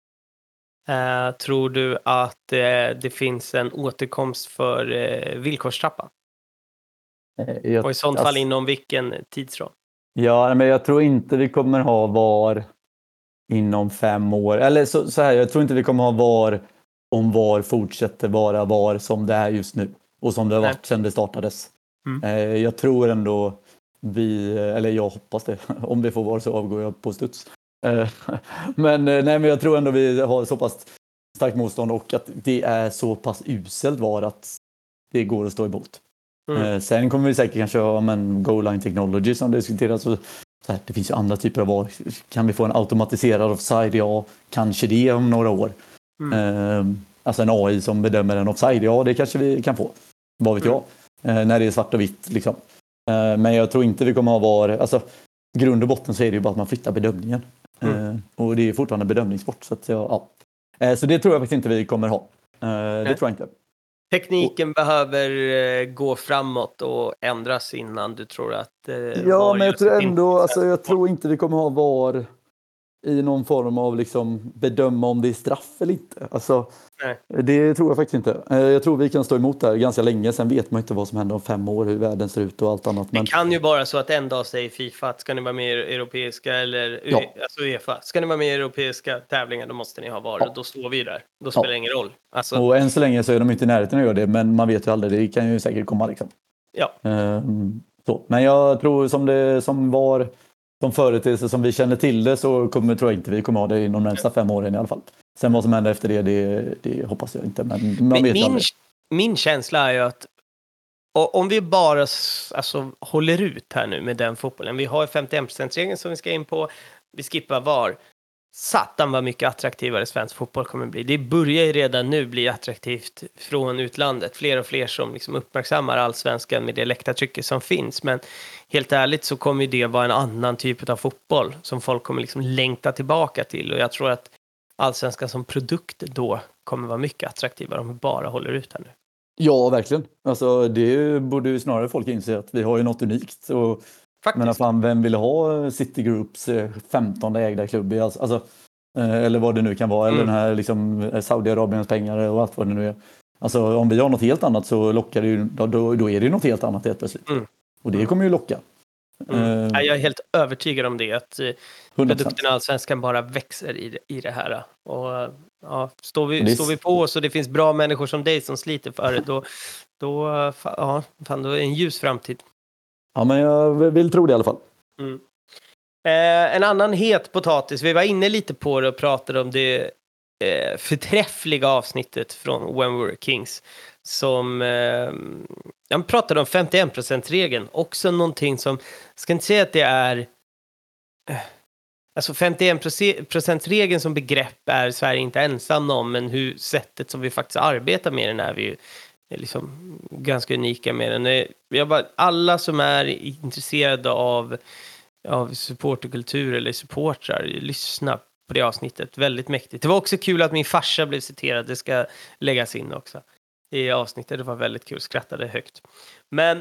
Tror du att det finns en återkomst för villkorstrappan? Och i sånt fall inom vilken tidsram? Ja, men jag tror inte vi kommer ha VAR inom 5 år. Eller så här, jag tror inte vi kommer ha VAR om VAR fortsätter vara VAR som det är just nu. Och som det har varit sedan det startades. Jag tror ändå jag hoppas det. Om vi får VAR så avgår jag på studs. Men jag tror ändå vi har så pass starkt motstånd och att det är så pass uselt VAR att det går att stå emot. Sen kommer vi säkert kanske ha goal line technology som diskuteras. Så här, det finns ju andra typer av VAR. Kan vi få en automatiserad offside? Ja, kanske det om några år. Alltså en AI som bedömer en offside? Ja, det kanske vi kan få. Vad vet jag? När det är svart och vitt liksom. Men jag tror inte vi kommer ha VAR. Alltså, grund och botten så är det ju bara att man flyttar bedömningen. Och det är fortfarande bedömningssport. Så så det tror jag faktiskt inte vi kommer ha. Det tror jag inte. Tekniken behöver gå framåt och ändras innan du tror att men jag tror ändå, jag tror inte vi kommer ha VAR i någon form av liksom bedöma om det är straff eller inte. Alltså, Nej. det tror jag faktiskt inte. Jag tror vi kan stå emot där ganska länge. Sen vet man inte vad som händer om 5 år, hur världen ser ut och allt annat. Men Det kan ju vara så att en dag säger FIFA att ska ni vara med i europeiska eller alltså UEFA, ska ni vara med i europeiska tävlingar då måste ni ha VAR. Ja. Då står vi där. Då spelar det ingen roll. Alltså, och än så länge så är de inte i närheten att göra det, men man vet ju aldrig. Det kan ju säkert komma liksom. ja. Så. Men jag tror som företeelse som vi känner till det så tror jag inte vi kommer ha det inom de närmsta 5 åren i alla fall. Sen vad som händer efter det hoppas jag inte. Men man vet aldrig. Min känsla är ju att om vi bara alltså, håller ut här nu med den fotbollen. Vi har 51%-regeln som vi ska in på. Vi skippar VAR. Satan vad mycket attraktivare svensk fotboll kommer bli. Det börjar ju redan nu bli attraktivt från utlandet. Fler och fler som liksom uppmärksammar allsvenskan med det läktartrycket som finns. Men helt ärligt så kommer det vara en annan typ av fotboll som folk kommer liksom längta tillbaka till. Och jag tror att allsvenskan som produkt då kommer vara mycket attraktivare om vi bara håller ut här nu. Ja, verkligen. Alltså, det borde ju snarare folk inse att vi har ju något unikt. Och men fan, vem vill ha City Groups 15:e ägda klubb i alltså, eller vad det nu kan vara, eller den här liksom Saudiarabiens pengar och allt vad det nu är. Alltså om vi har något helt annat så lockar det ju, då är det ju något helt annat helt plötsligt. Och det kommer ju locka. Jag är helt övertygad om det, att produkten allsvenskan bara växer i det här. Och ja, står vi på oss och det finns bra människor som dig som sliter för det, då är det en ljus framtid. Ja, men jag vill tro det i alla fall. En annan het potatis, vi var inne lite på det och pratade om det förträffliga avsnittet från When We Were Kings som jag pratade om 51%-regeln, också någonting som, ska inte säga att det är alltså 51%-regeln som begrepp är Sverige inte ensam om, men hur sättet som vi faktiskt arbetar med den är vi är liksom ganska unika med den. Alla som är intresserade av supporterkultur eller supportrar, lyssna på det avsnittet. Väldigt mäktigt. Det var också kul att min farsa blev citerad. Det ska läggas in också i avsnittet. Det var väldigt kul. Skrattade högt. Men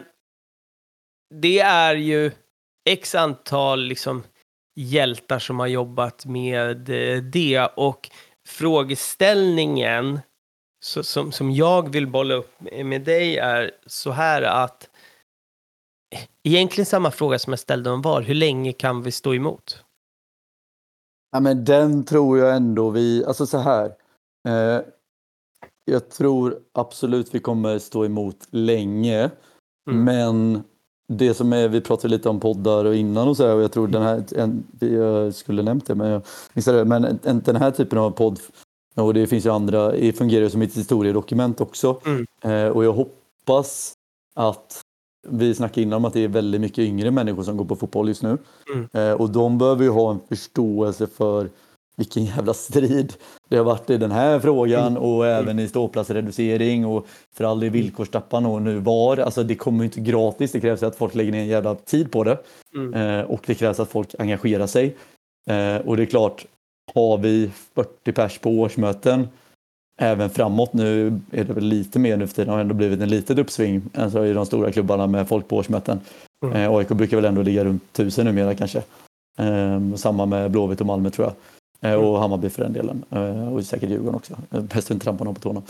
det är ju x antal liksom hjältar som har jobbat med det, och frågeställningen som jag vill bolla upp med dig är så här, att egentligen samma fråga som jag ställde om VAR. Hur länge kan vi stå emot? Ja, men den tror jag ändå alltså så här. Jag tror absolut vi kommer stå emot länge. Men det som är, vi pratade lite om poddar och innan och så här, och jag tror den här, vi skulle nämnt det, men den här typen av podd, och det finns ju andra, det fungerar som ett historiedokument också. Och jag hoppas att vi snackade innan om att det är väldigt mycket yngre människor som går på fotboll just nu. Och de behöver ju ha en förståelse för vilken jävla strid det har varit i den här frågan och även i ståplatsreducering och för all villkorstappan och nu VAR. Alltså det kommer ju inte gratis, det krävs att folk lägger ner en jävla tid på det. Och det krävs att folk engagerar sig. Och det är klart, har vi 40 pers på årsmöten även framåt, nu är det väl lite mer nu för tiden, har ändå blivit en litet uppsving alltså i de stora klubbarna med folk på årsmöten. AIK brukar väl ändå ligga runt 1000 numera kanske. Samma med Blåvitt och Malmö tror jag. Och Hammarby för den delen. Och säkert Djurgården också. Bäst inte trampa någon på tårna.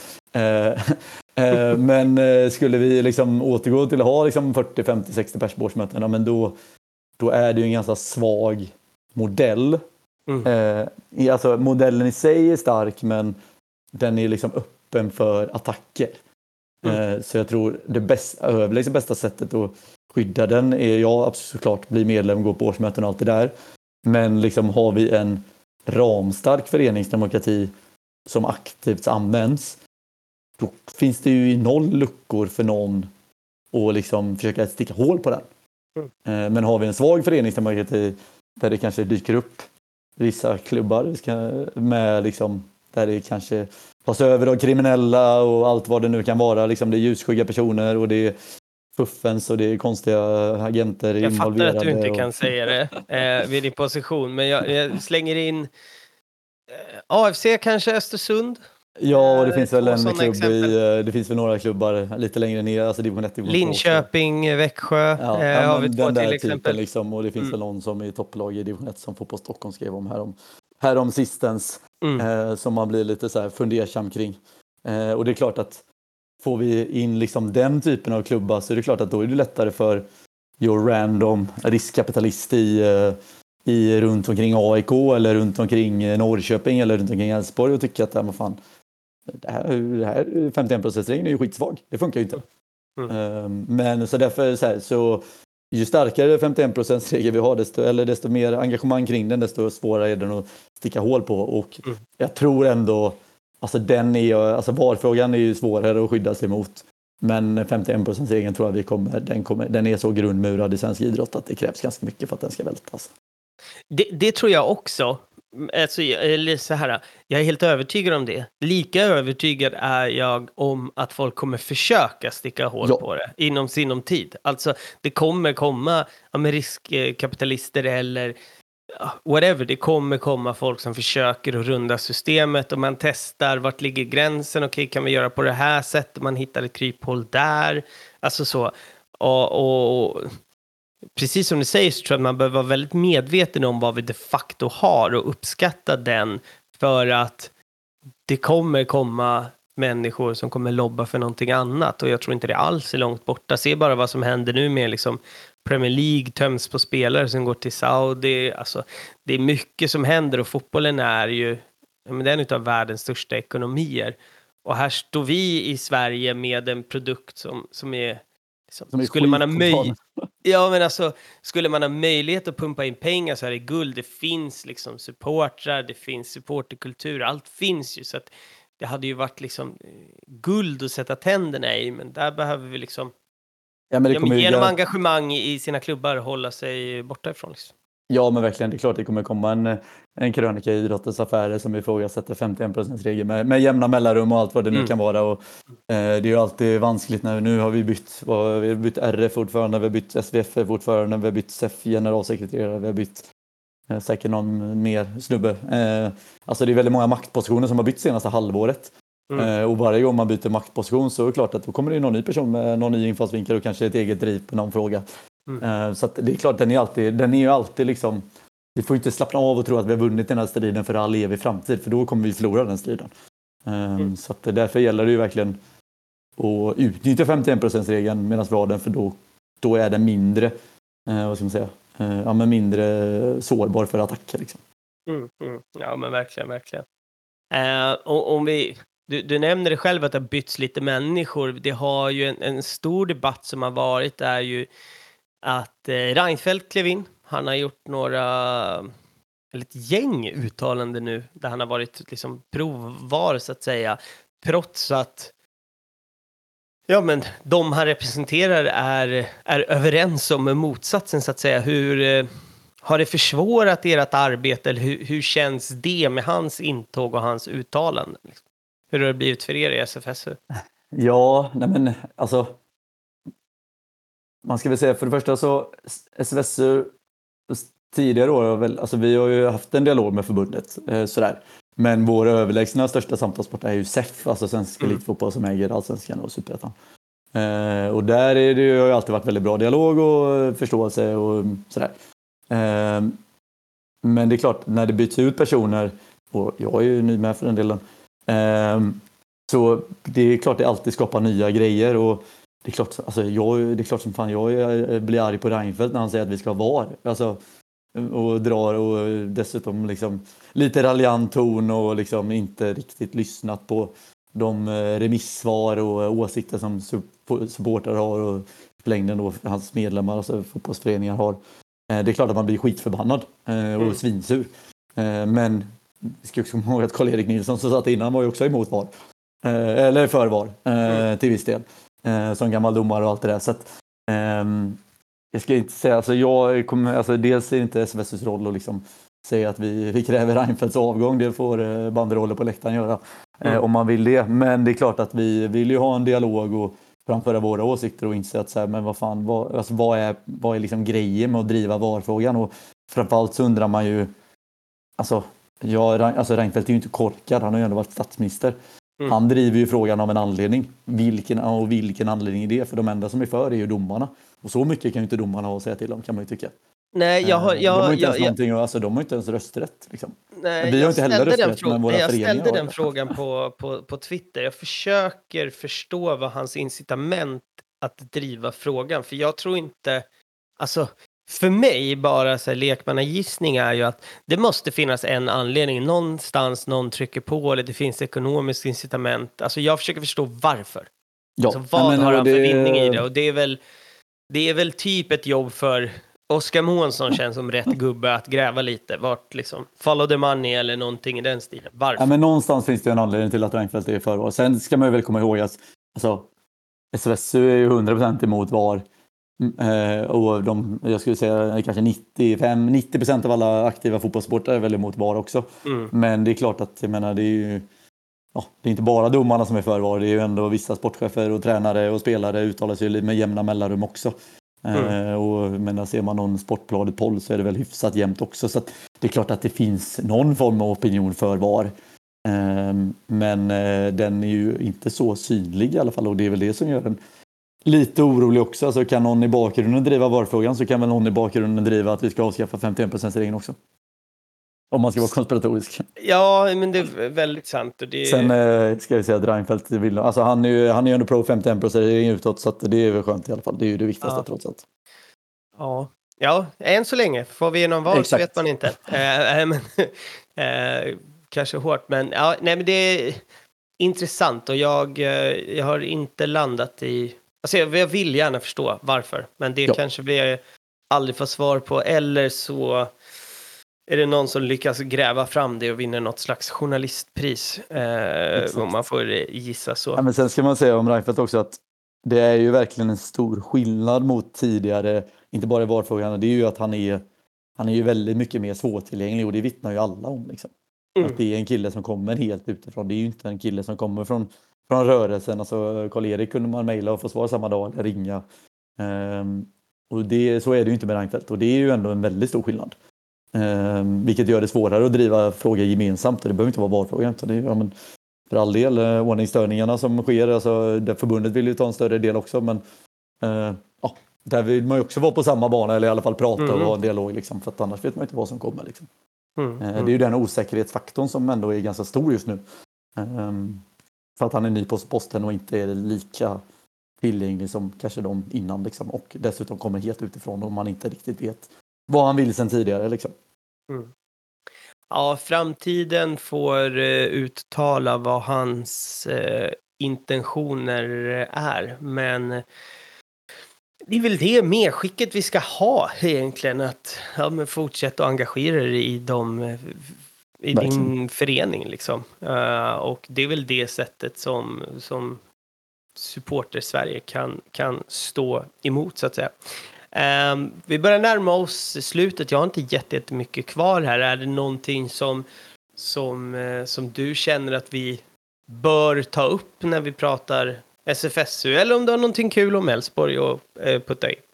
Men skulle vi liksom återgå till att ha liksom 40, 50, 60 pers på årsmöten, men då är det ju en ganska svag modell. Alltså modellen i sig är stark, men den är liksom öppen för attacker. Så jag tror det överlägset bästa sättet att skydda den är såklart bli medlem, gå på årsmöten och allt det där. Men liksom har vi en ramstark föreningsdemokrati som aktivt används, då finns det ju 0 luckor för någon att liksom försöka sticka hål på den. Men har vi en svag föreningsdemokrati där det kanske dyker upp vissa klubbar med liksom, där det kanske tas över av kriminella och allt vad det nu kan vara, liksom det är ljusskygga personer och det är fuffens och det är konstiga agenter involverade. Jag fattar att du inte kan säga det vid din position, men jag slänger in AFC kanske, Östersund. Ja, och det finns väl en klubb det finns väl några klubbar lite längre ner, alltså division 1, division 2. Linköping, Växjö har vi 2 till exempel. Liksom, och det finns väl någon som är topplag i division 1 som Fotboll Stockholm skrev om här om härom sistens Mm. som man blir lite så här fundersam kring. Och det är klart att får vi in liksom den typen av klubbar så är det klart att då är det lättare för your random riskkapitalist i runt omkring AIK eller runt omkring Norrköping eller runt omkring Elfsborg och tycka att vad fan, det här 51%-regeln är ju skitsvag. Det funkar ju inte. Men så därför så ju starkare 51%-regel vi har desto mer engagemang kring den, desto svårare är den att sticka hål på. Och jag tror ändå, alltså VAR-frågan är ju svårare att skydda sig mot. Men 51%-regeln tror jag den är så grundmurad i svensk idrott att det krävs ganska mycket för att den ska vältas. Det tror jag också. Alltså, eller så här, jag är helt övertygad om det. Lika övertygad är jag om att folk kommer försöka sticka hål på det inom sinom tid. Alltså, det kommer komma riskkapitalister eller whatever. Det kommer komma folk som försöker att runda systemet och man testar vart ligger gränsen. Okej, kan vi göra på det här sättet? Man hittar ett kryphål där. Alltså så. Och precis som du säger så tror jag att man behöver vara väldigt medveten om vad vi de facto har och uppskatta den, för att det kommer komma människor som kommer lobba för någonting annat, och jag tror inte det alls är långt borta. Se bara vad som händer nu med liksom Premier League töms på spelare som går till Saudi. Alltså, det är mycket som händer och fotbollen är ju den utav världens största ekonomier. Och här står vi i Sverige med en produkt som är skulle man ha möjlighet att pumpa in pengar så här i guld, det finns liksom supportrar, det finns supporterkultur, allt finns ju, så att det hade ju varit liksom guld att sätta tänderna i, men där behöver vi liksom genom engagemang i sina klubbar hålla sig borta ifrån liksom. Ja, men verkligen, det är klart det kommer komma en krönika i idrottens affärer som ifrågasätter 51%-regeln med jämna mellanrum och allt vad det nu kan vara. Och, det är ju alltid vanskligt när nu har vi bytt RF fortfarande, vi har bytt SVF fortfarande, vi har bytt SEF generalsekreterare, vi har bytt säkert någon mer snubbe. Alltså det är väldigt många maktpositioner som har bytt senaste halvåret. Och varje gång man byter maktposition så är det klart att då kommer det någon ny person med någon ny infallsvinkel och kanske ett eget driv på någon fråga. Så att det är klart, den är ju alltid liksom, vi får inte slappna av och tro att vi har vunnit den här striden för all evig framtid, för då kommer vi förlora den striden. Så att därför gäller det ju verkligen att utnyttja 51%-regeln medan vi har den, för då är den mindre vad ska man säga, mindre sårbar för attacker liksom. Ja, men verkligen. Och om du nämner det själv att det har bytts lite människor. Det har ju en stor debatt som har varit är ju att Reinfeldt klev in. Han har gjort ett gäng uttalanden nu där han har varit liksom provvar så att säga, trots att de han representerar är överens om motsatsen så att säga. Hur har det försvårat ert arbete, eller hur känns det med hans intåg och hans uttalanden? Hur har det blivit för er i SFSU? Ja, alltså man ska väl säga för det första så SFSU tidigare år, alltså vi har ju haft en dialog med förbundet sådär. Men vår överlägsna största samtalsport är ju SEF, alltså Svensk Elitfotboll som äger Allsvenskan och Superettan. Och där har ju alltid varit väldigt bra dialog och förståelse och sådär. Men det är klart, när det byts ut personer, och jag är ju ny med för den delen, så det är klart det alltid skapar nya grejer. Och det är klart, alltså det är klart som fan jag blir arg på Reinfeldt när han säger att vi ska ha VAR. Alltså, och drar och dessutom liksom lite raljant ton och liksom inte riktigt lyssnat på de remissvar och åsikter som supportrar har och längden då hans medlemmar, alltså fotbollsföreningar har. Det är klart att man blir skitförbannad och svinsur. Men vi ska också komma ihåg att Karl-Erik Nilsson som satt innan var ju också emot VAR. Eller för VAR till viss del. Som gammal domare och allt det där. Så att, jag ska inte säga, alltså dels är det inte SFSUs roll att liksom säga att vi kräver Reinfeldts avgång. Det får banderoller på läktaren göra om man vill det. Men det är klart att vi vill ju ha en dialog och framföra våra åsikter och inse att så här, men vad fan, vad är liksom grejen med att driva VAR-frågan? Och framförallt så undrar man ju, alltså Reinfeldt är ju inte korkad, han har ju ändå varit statsminister. Han driver ju frågan av en anledning. Vilken anledning är det? För de enda som är för är ju domarna. Och så mycket kan ju inte domarna ha att säga till om, kan man ju tycka. Nej, De har inte ens någonting, alltså de har inte ens rösträtt liksom. nej, Vi har jag inte heller ställde den rösträtt, men våra jag föreningar ställde har den det. frågan på Twitter. Jag försöker förstå vad hans incitament att driva frågan, för jag tror inte, alltså för mig bara så här, lekmannagissning är ju att det måste finnas en anledning någonstans, någon trycker på eller det finns ekonomiskt incitament. Alltså jag försöker förstå varför. Ja, Alltså vad men, har och han för vinning i det? Och det är väl typ ett jobb för Oskar Månsson, känns som rätt gubbe att gräva lite. Vart liksom, follow the money eller någonting i den stilen. Varför? Ja, men någonstans finns det en anledning till att Reinfeldt är förvar. Sen ska man ju väl komma ihåg att alltså, SVSU är ju 100% emot VAR. Och jag skulle säga kanske 90% av alla aktiva fotbollssportare är väl emot VAR också. Men det är klart att jag menar, det är ju det är inte bara domarna som är för VAR. Det är ju ändå vissa sportchefer och tränare och spelare uttalar sig med jämna mellanrum också. Och men ser man någon Sportbladet poll så är det väl hyfsat jämnt också, så att det är klart att det finns någon form av opinion för VAR, men den är ju inte så synlig i alla fall, och det är väl det som gör den lite orolig också. Alltså, kan någon i bakgrunden driva VAR-frågan så kan väl någon i bakgrunden driva att vi ska avskaffa 51%-regeln också. Om man ska vara konspiratorisk. Ja, men det är väldigt sant. Och det... Sen ska jag säga att Reinfeldt vill, alltså han är ju ändå pro 51% utåt, så att det är väl skönt i alla fall. Det är ju det viktigaste trots allt. Ja, än så länge. Får vi någon val så vet man inte. Kanske hårt, men ja, nej, men det är intressant och jag har inte landat i... Alltså jag vill gärna förstå varför, men det kanske vi aldrig får svar på, eller så är det någon som lyckas gräva fram det och vinner något slags journalistpris, om man får gissa så. Ja, men sen ska man säga om Reinfeldt också att det är ju verkligen en stor skillnad mot tidigare, inte bara i VAR-frågan, det är ju att han är ju väldigt mycket mer svårtillgänglig, och det vittnar ju alla om liksom. Att det är en kille som kommer helt utifrån, det är ju inte en kille som kommer från rörelsen. Alltså Karl-Erik kunde man mejla och få svar samma dag eller ringa, och så är det ju inte med Reinfeldt, och det är ju ändå en väldigt stor skillnad. Vilket gör det svårare att driva frågor gemensamt, och det behöver inte vara VAR-frågan, utan det är, för all del ordningsstörningarna som sker, alltså det förbundet vill ju ta en större del också, men där vill man ju också vara på samma bana, eller i alla fall prata och ha en dialog liksom, för att annars vet man inte vad som kommer liksom. Det är ju den osäkerhetsfaktorn som ändå är ganska stor just nu, för att han är ny på posten och inte är lika tillgänglig som kanske de innan liksom, och dessutom kommer helt utifrån och man inte riktigt vet vad han vill sedan tidigare liksom. Ja, framtiden får uttala vad hans intentioner är, men det är väl det medskicket vi ska ha egentligen, att fortsätta att engagera dig i din förening liksom. Och det är väl det sättet som supporter Sverige kan stå emot, så att säga. Vi börjar närma oss slutet. Jag har inte jättemycket kvar här. Är det någonting som du känner att vi bör ta upp när vi pratar SFSU, eller om du har någonting kul om Elfsborg och putta i?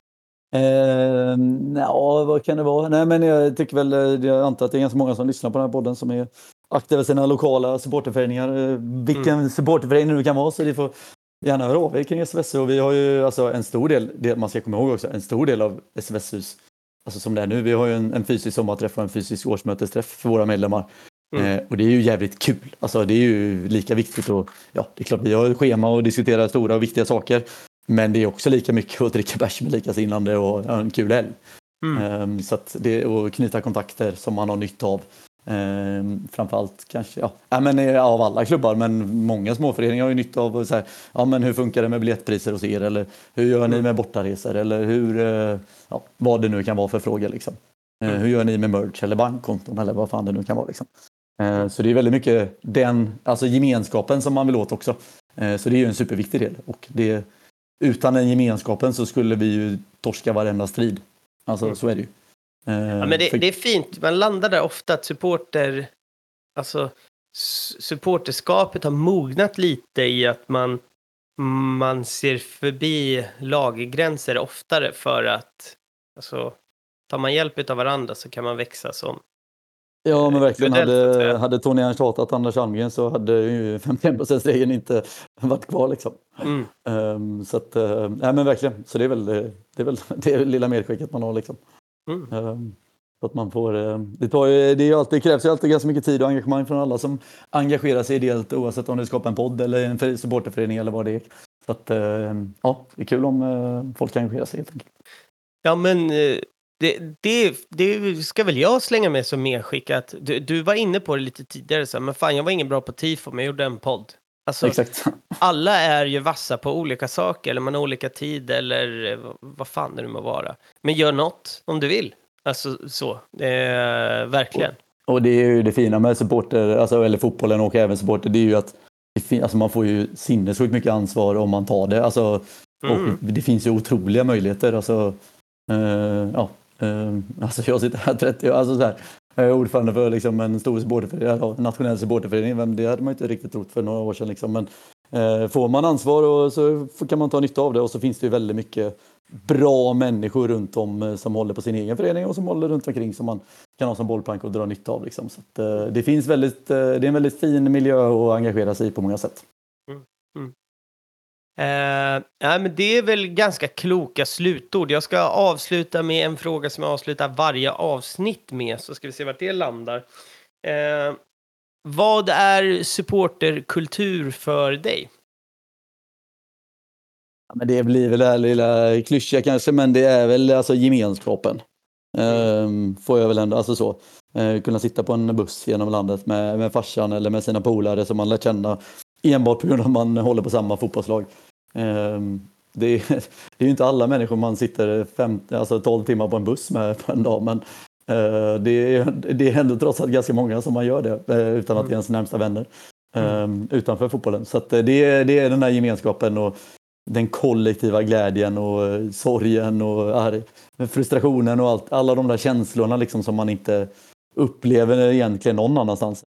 Vad kan det vara? Nej, men jag tycker väl, jag antar att det är ganska många som lyssnar på den här podden som är aktiva i sina lokala supporterföreningar. Vilken supporterförening det kan vara, så det får gärna höra av er kring SFSU. Och vi har ju alltså en stor del, det man ska komma ihåg också, en stor del av SFSUs, alltså som det är nu, vi har ju en fysisk sommarträff och en fysisk årsmötesträff för våra medlemmar. Och det är ju jävligt kul. Alltså det är ju lika viktigt, och det är klart vi har ett schema och diskuterar stora och viktiga saker, men det är också lika mycket att dricka bärs med likasinnande och en kul helg. Så att det, och knyta kontakter som man har nytta av. Framförallt kanske av alla klubbar, men många småföreningar har ju nytta av så här, men hur funkar det med biljettpriser hos er, eller hur gör ni med bortaresor, eller hur vad det nu kan vara för frågor liksom. Hur gör ni med merch eller bankkonton eller vad fan det nu kan vara liksom. Så det är väldigt mycket den, alltså gemenskapen som man vill åt också. Så det är ju en superviktig del, och det, utan den gemenskapen så skulle vi ju torska varenda strid. Alltså så är det ju. Men det är fint. Man landar där ofta att supporterskapet har mognat lite i att man ser förbi laggränser oftare, för att tar man hjälp av varandra så kan man växa som. Ja, men verkligen. Hade Tony Ernst hatat Anders Almgren så hade ju 51%-regeln inte varit kvar liksom. Så att, men verkligen. Så det är väl det lilla medskicket man har liksom. Så att man får, det krävs ju alltid ganska mycket tid och engagemang från alla som engagerar sig ideellt, oavsett om det skapar en podd eller en supporterförening eller vad det är. Så att, ja, det är kul om folk engagerar sig helt enkelt. Ja, men det ska väl jag slänga med som medskick, att du var inne på det lite tidigare, så här, men fan, jag var ingen bra på tifo, men jag gjorde en podd. Alltså, Exakt. alla är ju vassa på olika saker, eller man har olika tid, eller vad fan det nu må vara. Men gör något om du vill. Alltså så, verkligen. Och det är ju det fina med supporter, alltså, eller fotbollen och även supporter, det är ju att alltså, man får ju sinnessjukt mycket ansvar om man tar det. Alltså, och det finns ju otroliga möjligheter. Alltså, alltså jag sitter här 30 år, alltså så här, jag är ordförande för liksom en stor supporterförening, en nationell supporterförening, det hade man inte riktigt trott för några år sedan. Liksom. Men får man ansvar och så kan man ta nytta av det, och så finns det ju väldigt mycket bra människor runt om som håller på sin egen förening och som håller runt omkring som man kan ha som bollplank och dra nytta av. Liksom. Så att, det är en väldigt fin miljö att engagera sig i på många sätt. Men det är väl ganska kloka slutord. Jag ska avsluta med en fråga som jag avslutar varje avsnitt med, så ska vi se vart det landar. Vad är supporterkultur för dig? Ja, men det blir väl det här lilla klyschiga kanske, men det är väl alltså gemenskapen. Får jag väl ändå, alltså så. Kunna sitta på en buss genom landet med farsan eller med sina polare som man lär känna enbart på grund av att man håller på samma fotbollslag. Det är ju inte alla människor man sitter 12 timmar på en buss med på en dag, men det är ändå trots allt ganska många som man gör det utan att det är ens närmsta vänner utanför fotbollen. Så att det är den här gemenskapen och den kollektiva glädjen och sorgen och frustrationen och alla de där känslorna liksom som man inte upplever egentligen någon annanstans.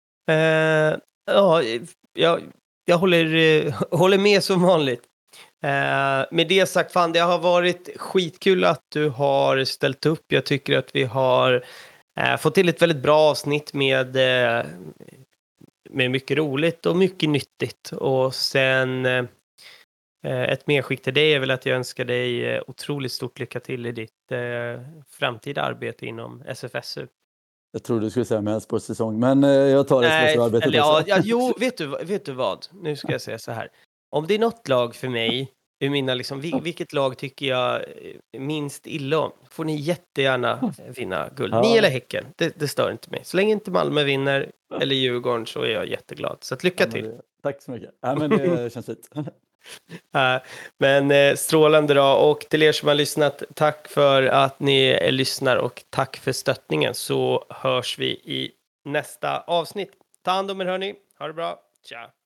Jag håller med som vanligt. Med det sagt, fan, det har varit skitkul att du har ställt upp. Jag tycker att vi har fått till ett väldigt bra avsnitt med mycket roligt och mycket nyttigt. Och sen ett medskick till dig är väl att jag önskar dig otroligt stort lycka till i ditt framtida arbete inom SFSU. Jag tror du skulle säga med sportsäsong, men jag tar SFSU-arbetet också. Jo, vet du vad? Nu ska jag säga så här. Om det är något lag för mig, vilket lag tycker jag minst illa om, får ni jättegärna vinna guld. Ni eller Häcken, det stör inte mig. Så länge inte Malmö vinner eller Djurgården så är jag jätteglad. Så att lycka till. Tack så mycket. Men det känns fint. Men strålande då, och till er som har lyssnat, tack för att ni lyssnar och tack för stöttningen, så hörs vi i nästa avsnitt. Ta hand om er hörni, ha det bra, ciao.